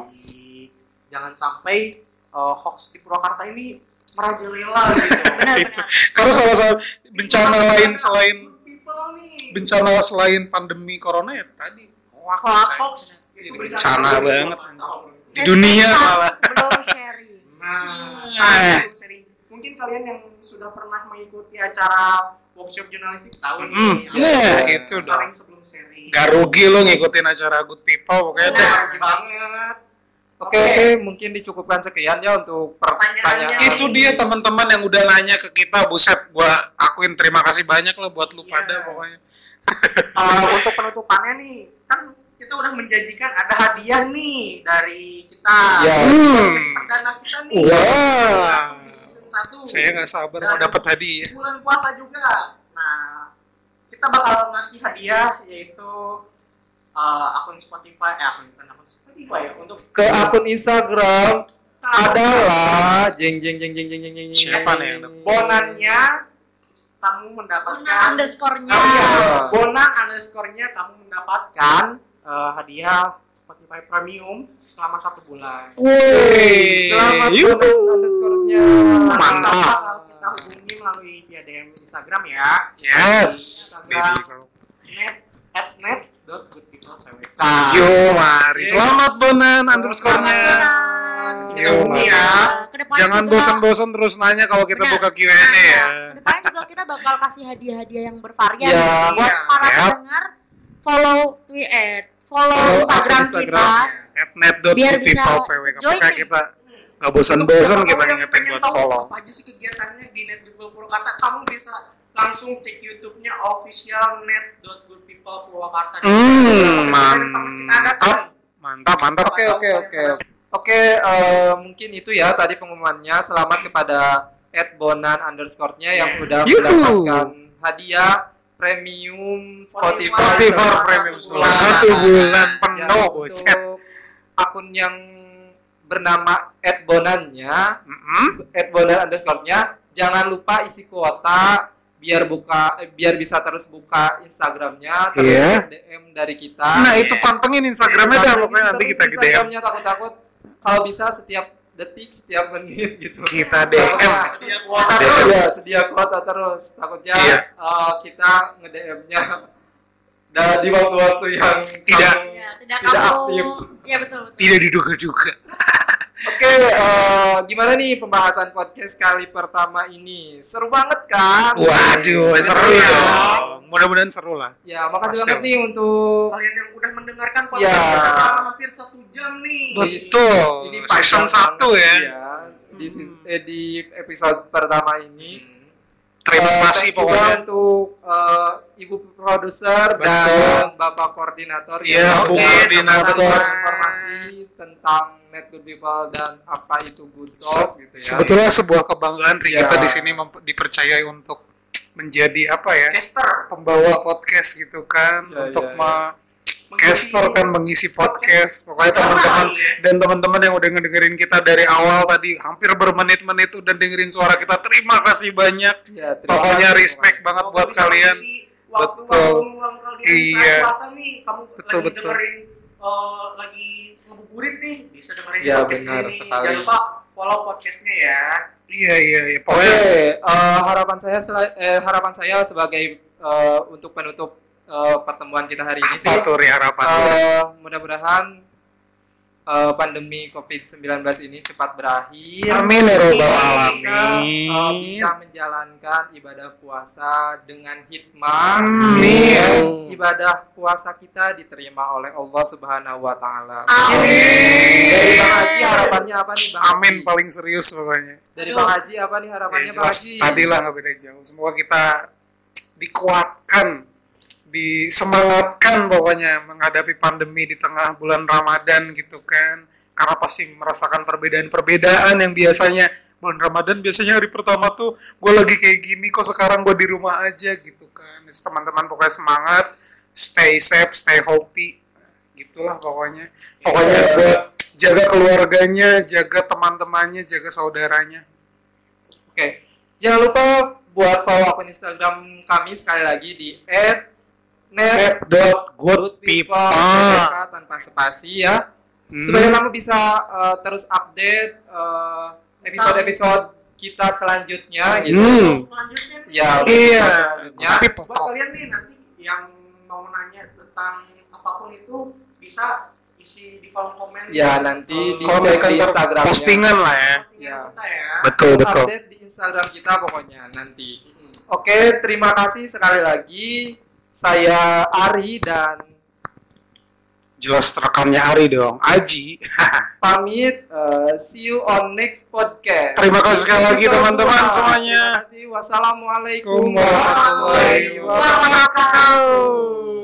Speaker 2: Jangan sampai uh, hoax di Purwakarta ini merajalela gitu.
Speaker 1: Itu. Karena salah satu bencana lain selain
Speaker 2: Good people nih.
Speaker 1: bencana selain pandemi corona ya tadi
Speaker 2: Hoax, hoax.
Speaker 1: Jadi
Speaker 2: Itu
Speaker 1: bencana banget. Di
Speaker 4: Dan
Speaker 1: dunia
Speaker 4: kita
Speaker 1: malah.
Speaker 4: sebelum sharing.
Speaker 2: Nah,
Speaker 1: Eh.
Speaker 2: saya sharing. Mungkin kalian yang sudah pernah mengikuti acara workshop jurnalistik tahu
Speaker 1: Hmm,
Speaker 2: nih.
Speaker 1: ya,
Speaker 2: apa-
Speaker 1: itu dong.
Speaker 2: sharing sebelum sharing.
Speaker 1: Gak rugi lo ngikutin acara Good People pokoknya
Speaker 2: Nah,
Speaker 1: deh.
Speaker 2: rugi banget.
Speaker 5: Oke, oke, mungkin dicukupkan sekian ya untuk pertanyaan.
Speaker 2: Pertanyaannya.
Speaker 1: Itu dia teman-teman yang udah nanya ke kita, buset gua akuin terima kasih banyak lah buat lu
Speaker 2: Iya.
Speaker 1: pada pokoknya.
Speaker 2: Uh, untuk penutupannya nih, kan kita udah menjanjikan ada hadiah nih dari kita.
Speaker 5: Ya.
Speaker 1: Hmm.
Speaker 2: Podcast perdana kita nih.
Speaker 1: Wah.
Speaker 2: Di season satu.
Speaker 1: Saya nggak sabar mau dapat hadiah.
Speaker 2: Bulan puasa juga. Nah, kita bakal ngasih hadiah yaitu uh, akun Spotify, eh akun bukan akun Spotify ya untuk
Speaker 5: Ke akun Instagram adalah jeng jeng jeng jeng jeng jeng jeng.
Speaker 1: Siapa nih yang dapat?
Speaker 2: bonannya kamu mendapatkan
Speaker 4: Bona underscore-nya.
Speaker 2: Oh, iya.
Speaker 5: Ah.
Speaker 2: Bona underscore-nya kamu mendapatkan uh, hadiah Spotify Premium selama satu bulan.
Speaker 1: Woi,
Speaker 5: Selamat
Speaker 1: yuhu.
Speaker 5: bulan underscore-nya.
Speaker 1: Mantap.
Speaker 2: Kita hubungi melalui via D M Instagram ya.
Speaker 1: Yes,
Speaker 2: Instagram
Speaker 1: baby girl.
Speaker 2: net at net dot good people twk.
Speaker 1: Yo, mari.
Speaker 5: Yes.
Speaker 1: Selamat Bonan underscore-nya.
Speaker 2: Kita
Speaker 1: Yo,
Speaker 2: hubungi
Speaker 1: mari.
Speaker 2: ya.
Speaker 4: Kedepannya
Speaker 1: Jangan
Speaker 4: juga-
Speaker 1: bosan-bosan terus nanya kalau kita
Speaker 4: Benar.
Speaker 1: buka Q and A ya.
Speaker 4: Kedepannya juga kita bakal kasih hadiah-hadiah yang bervarian
Speaker 5: Iya.
Speaker 4: nih buat
Speaker 2: Iya.
Speaker 4: para
Speaker 1: Yap.
Speaker 4: pendengar. Follow tweet, follow
Speaker 5: Follow
Speaker 4: Instagram
Speaker 5: Instagram.
Speaker 4: kita.
Speaker 1: at net dot
Speaker 4: Biar
Speaker 1: good people
Speaker 4: bisa
Speaker 1: twk.
Speaker 4: join
Speaker 1: Pokoknya
Speaker 4: nih.
Speaker 1: kita nggak bosan-bosan
Speaker 2: Untuk
Speaker 1: kita
Speaker 2: yang
Speaker 1: ngingetin
Speaker 2: pengen
Speaker 1: buat
Speaker 2: tahu
Speaker 1: follow.
Speaker 2: Apa aja sih kegiatannya di Net Good People Purwakarta? Kamu bisa langsung cek YouTube-nya official net dot good people Purwakarta.
Speaker 1: Hmm,
Speaker 2: Kita ada kan?
Speaker 1: Mantap, mantap.
Speaker 5: Oke oke oke. Oke, eh, mungkin itu ya tadi pengumumannya. Selamat kepada Ed Bonan underscore-nya yang udah
Speaker 1: Yuhu.
Speaker 5: mendapatkan hadiah premium Spotify,
Speaker 1: Spotify
Speaker 5: selama
Speaker 1: premium
Speaker 5: satu
Speaker 1: selama satu bulan
Speaker 5: Ya,
Speaker 1: penuh, buset.
Speaker 5: untuk akun yang bernama Ed Bonannya,
Speaker 1: Mm-mm.
Speaker 5: Ed Bonan underscore-nya, jangan lupa isi kuota biar buka eh, biar bisa terus buka Instagramnya, terus
Speaker 1: Iya.
Speaker 5: D M dari kita.
Speaker 1: Nah itu pantengin Instagramnya dah,
Speaker 5: Pantengin
Speaker 1: pokoknya nanti
Speaker 5: terus
Speaker 1: kita ke D M.
Speaker 5: Instagramnya takut-takut kalau bisa setiap detik, setiap menit gitu.
Speaker 1: Kita D M.
Speaker 2: Sedia kuota
Speaker 1: Iya.
Speaker 2: terus.
Speaker 5: Iya, sedia kuota terus. Takutnya
Speaker 1: Iya.
Speaker 5: eh, kita nge-D M-nya dan di waktu-waktu yang
Speaker 1: Tidak.
Speaker 5: kamu-
Speaker 4: Ya, tidak,
Speaker 5: Tidak
Speaker 4: kamu.
Speaker 5: aktif.
Speaker 4: Ya betul betul.
Speaker 1: Tidak diduga-duga.
Speaker 5: Oke, eh, gimana nih pembahasan podcast kali pertama ini? Seru banget kan?
Speaker 1: Waduh, seru
Speaker 5: ya.
Speaker 1: dong. Mudah-mudahan seru lah.
Speaker 5: Ya, makasih
Speaker 1: Pasti.
Speaker 5: banget nih untuk
Speaker 2: Kalian yang udah mendengarkan
Speaker 5: Ya.
Speaker 2: podcast kita selama hampir satu jam nih.
Speaker 1: Betul.
Speaker 5: ini
Speaker 1: Season
Speaker 5: panjang
Speaker 1: satu
Speaker 5: banget
Speaker 1: ya.
Speaker 5: Iya, Di, sis- eh, di episode pertama ini.
Speaker 1: Terima
Speaker 5: Eh,
Speaker 1: kasih
Speaker 5: thanks juga
Speaker 1: pokoknya.
Speaker 5: untuk eh, Ibu produser
Speaker 1: Betul.
Speaker 5: dan Bapak koordinator
Speaker 1: Iya,
Speaker 5: yang
Speaker 1: Bu
Speaker 5: udah
Speaker 1: koordinator.
Speaker 5: memberikan informasi tentang Net Good People dan apa itu Good Talk gitu ya.
Speaker 1: Sebetulnya sebuah kebanggaan Ri,
Speaker 5: Ya.
Speaker 1: kita di sini mem- dipercayai untuk menjadi apa ya?
Speaker 2: Caster.
Speaker 1: Pembawa podcast gitu kan,
Speaker 5: Ya,
Speaker 1: untuk
Speaker 5: ya, ya.
Speaker 1: me- caster kan mengisi podcast. Pokoknya teman-teman dan teman-teman yang udah ngedengerin kita dari awal tadi hampir bermenit-menit udah dengerin suara kita. Terima kasih banyak.
Speaker 5: Ya, terima
Speaker 1: Pokoknya
Speaker 5: kasih
Speaker 1: respect
Speaker 5: semuanya.
Speaker 1: banget
Speaker 2: Kalau
Speaker 1: buat
Speaker 2: bisa
Speaker 1: kalian.
Speaker 2: mengisi waktu
Speaker 1: Betul.
Speaker 2: luang kalian
Speaker 1: Iya.
Speaker 2: saat puasa nih, kamu
Speaker 1: Betul,
Speaker 2: lagi
Speaker 1: betul.
Speaker 2: dengerin eh, lagi ngebuburit nih, bisa dengerin
Speaker 5: Ya,
Speaker 2: podcast
Speaker 5: benar
Speaker 2: ini.
Speaker 5: sekali.
Speaker 2: Jangan lupa follow podcastnya ya.
Speaker 1: Iya iya iya.
Speaker 5: Oke,
Speaker 1: Pokoknya
Speaker 5: eh, harapan saya sela- eh, harapan saya sebagai eh, untuk penutup eh, pertemuan kita hari ini sih,
Speaker 1: apa tuh Ri harapan?
Speaker 5: eh, mudah-mudahan eh, pandemi covid sembilan belas ini cepat berakhir.
Speaker 1: Amin ya robbal
Speaker 5: Kita eh,
Speaker 1: alamin.
Speaker 5: bisa menjalankan ibadah puasa dengan hikmah.
Speaker 1: Amin.
Speaker 5: Dan ibadah puasa kita diterima oleh Allah Subhanahu wa taala.
Speaker 1: Amin.
Speaker 5: Dari Bang Haji harapannya apa nih, Bang?
Speaker 1: Amin
Speaker 5: Haji?
Speaker 1: paling serius pokoknya.
Speaker 5: Dari Bang Haji apa nih harapannya,
Speaker 1: Ya,
Speaker 5: Bang
Speaker 1: jelas
Speaker 5: Haji?
Speaker 1: tadi lah nggak beda jauh. Semoga kita dikuatkan, disemangatkan pokoknya menghadapi pandemi di tengah bulan Ramadan gitu kan. Karena pasti merasakan perbedaan-perbedaan yang biasanya bulan Ramadan biasanya hari pertama tuh gue lagi kayak gini, kok sekarang gue di rumah aja gitu kan. Jadi teman-teman pokoknya semangat, stay safe, stay healthy, gitulah pokoknya. Pokoknya buat jaga keluarganya, jaga teman-temannya, jaga saudaranya.
Speaker 5: Oke, jangan lupa buat follow akun Instagram kami sekali lagi di et net
Speaker 1: dot good people.
Speaker 5: tanpa spasi ya.
Speaker 1: Hmm.
Speaker 5: Supaya kamu bisa uh, terus update uh, episode-episode kita selanjutnya gitu.
Speaker 1: Hmm.
Speaker 2: Selanjutnya nih,
Speaker 5: Ya,
Speaker 1: Iya.
Speaker 5: selanjutnya.
Speaker 1: Tapi
Speaker 2: buat kalian nih nanti yang mau nanya tentang apapun itu bisa isi di kolom komen.
Speaker 5: Ya, nanti
Speaker 2: Eh,
Speaker 5: dicek
Speaker 1: Kalau
Speaker 5: di
Speaker 1: kan
Speaker 5: Instagramnya.
Speaker 1: postingan lah ya.
Speaker 2: postingan
Speaker 5: Ya.
Speaker 2: kita ya.
Speaker 1: Betul
Speaker 5: Terus
Speaker 1: betul.
Speaker 5: update di Instagram kita pokoknya nanti. Oke, terima kasih sekali lagi. Saya Ari dan
Speaker 1: Jelas rekannya Ari dong, Aji.
Speaker 5: pamit. Uh, see you on next podcast.
Speaker 1: Terima kasih sekali lagi teman-teman semuanya.
Speaker 5: Terima kasih. Wassalamualaikum
Speaker 1: Warahmatullahi
Speaker 5: warahmatullahi wabarakatuh.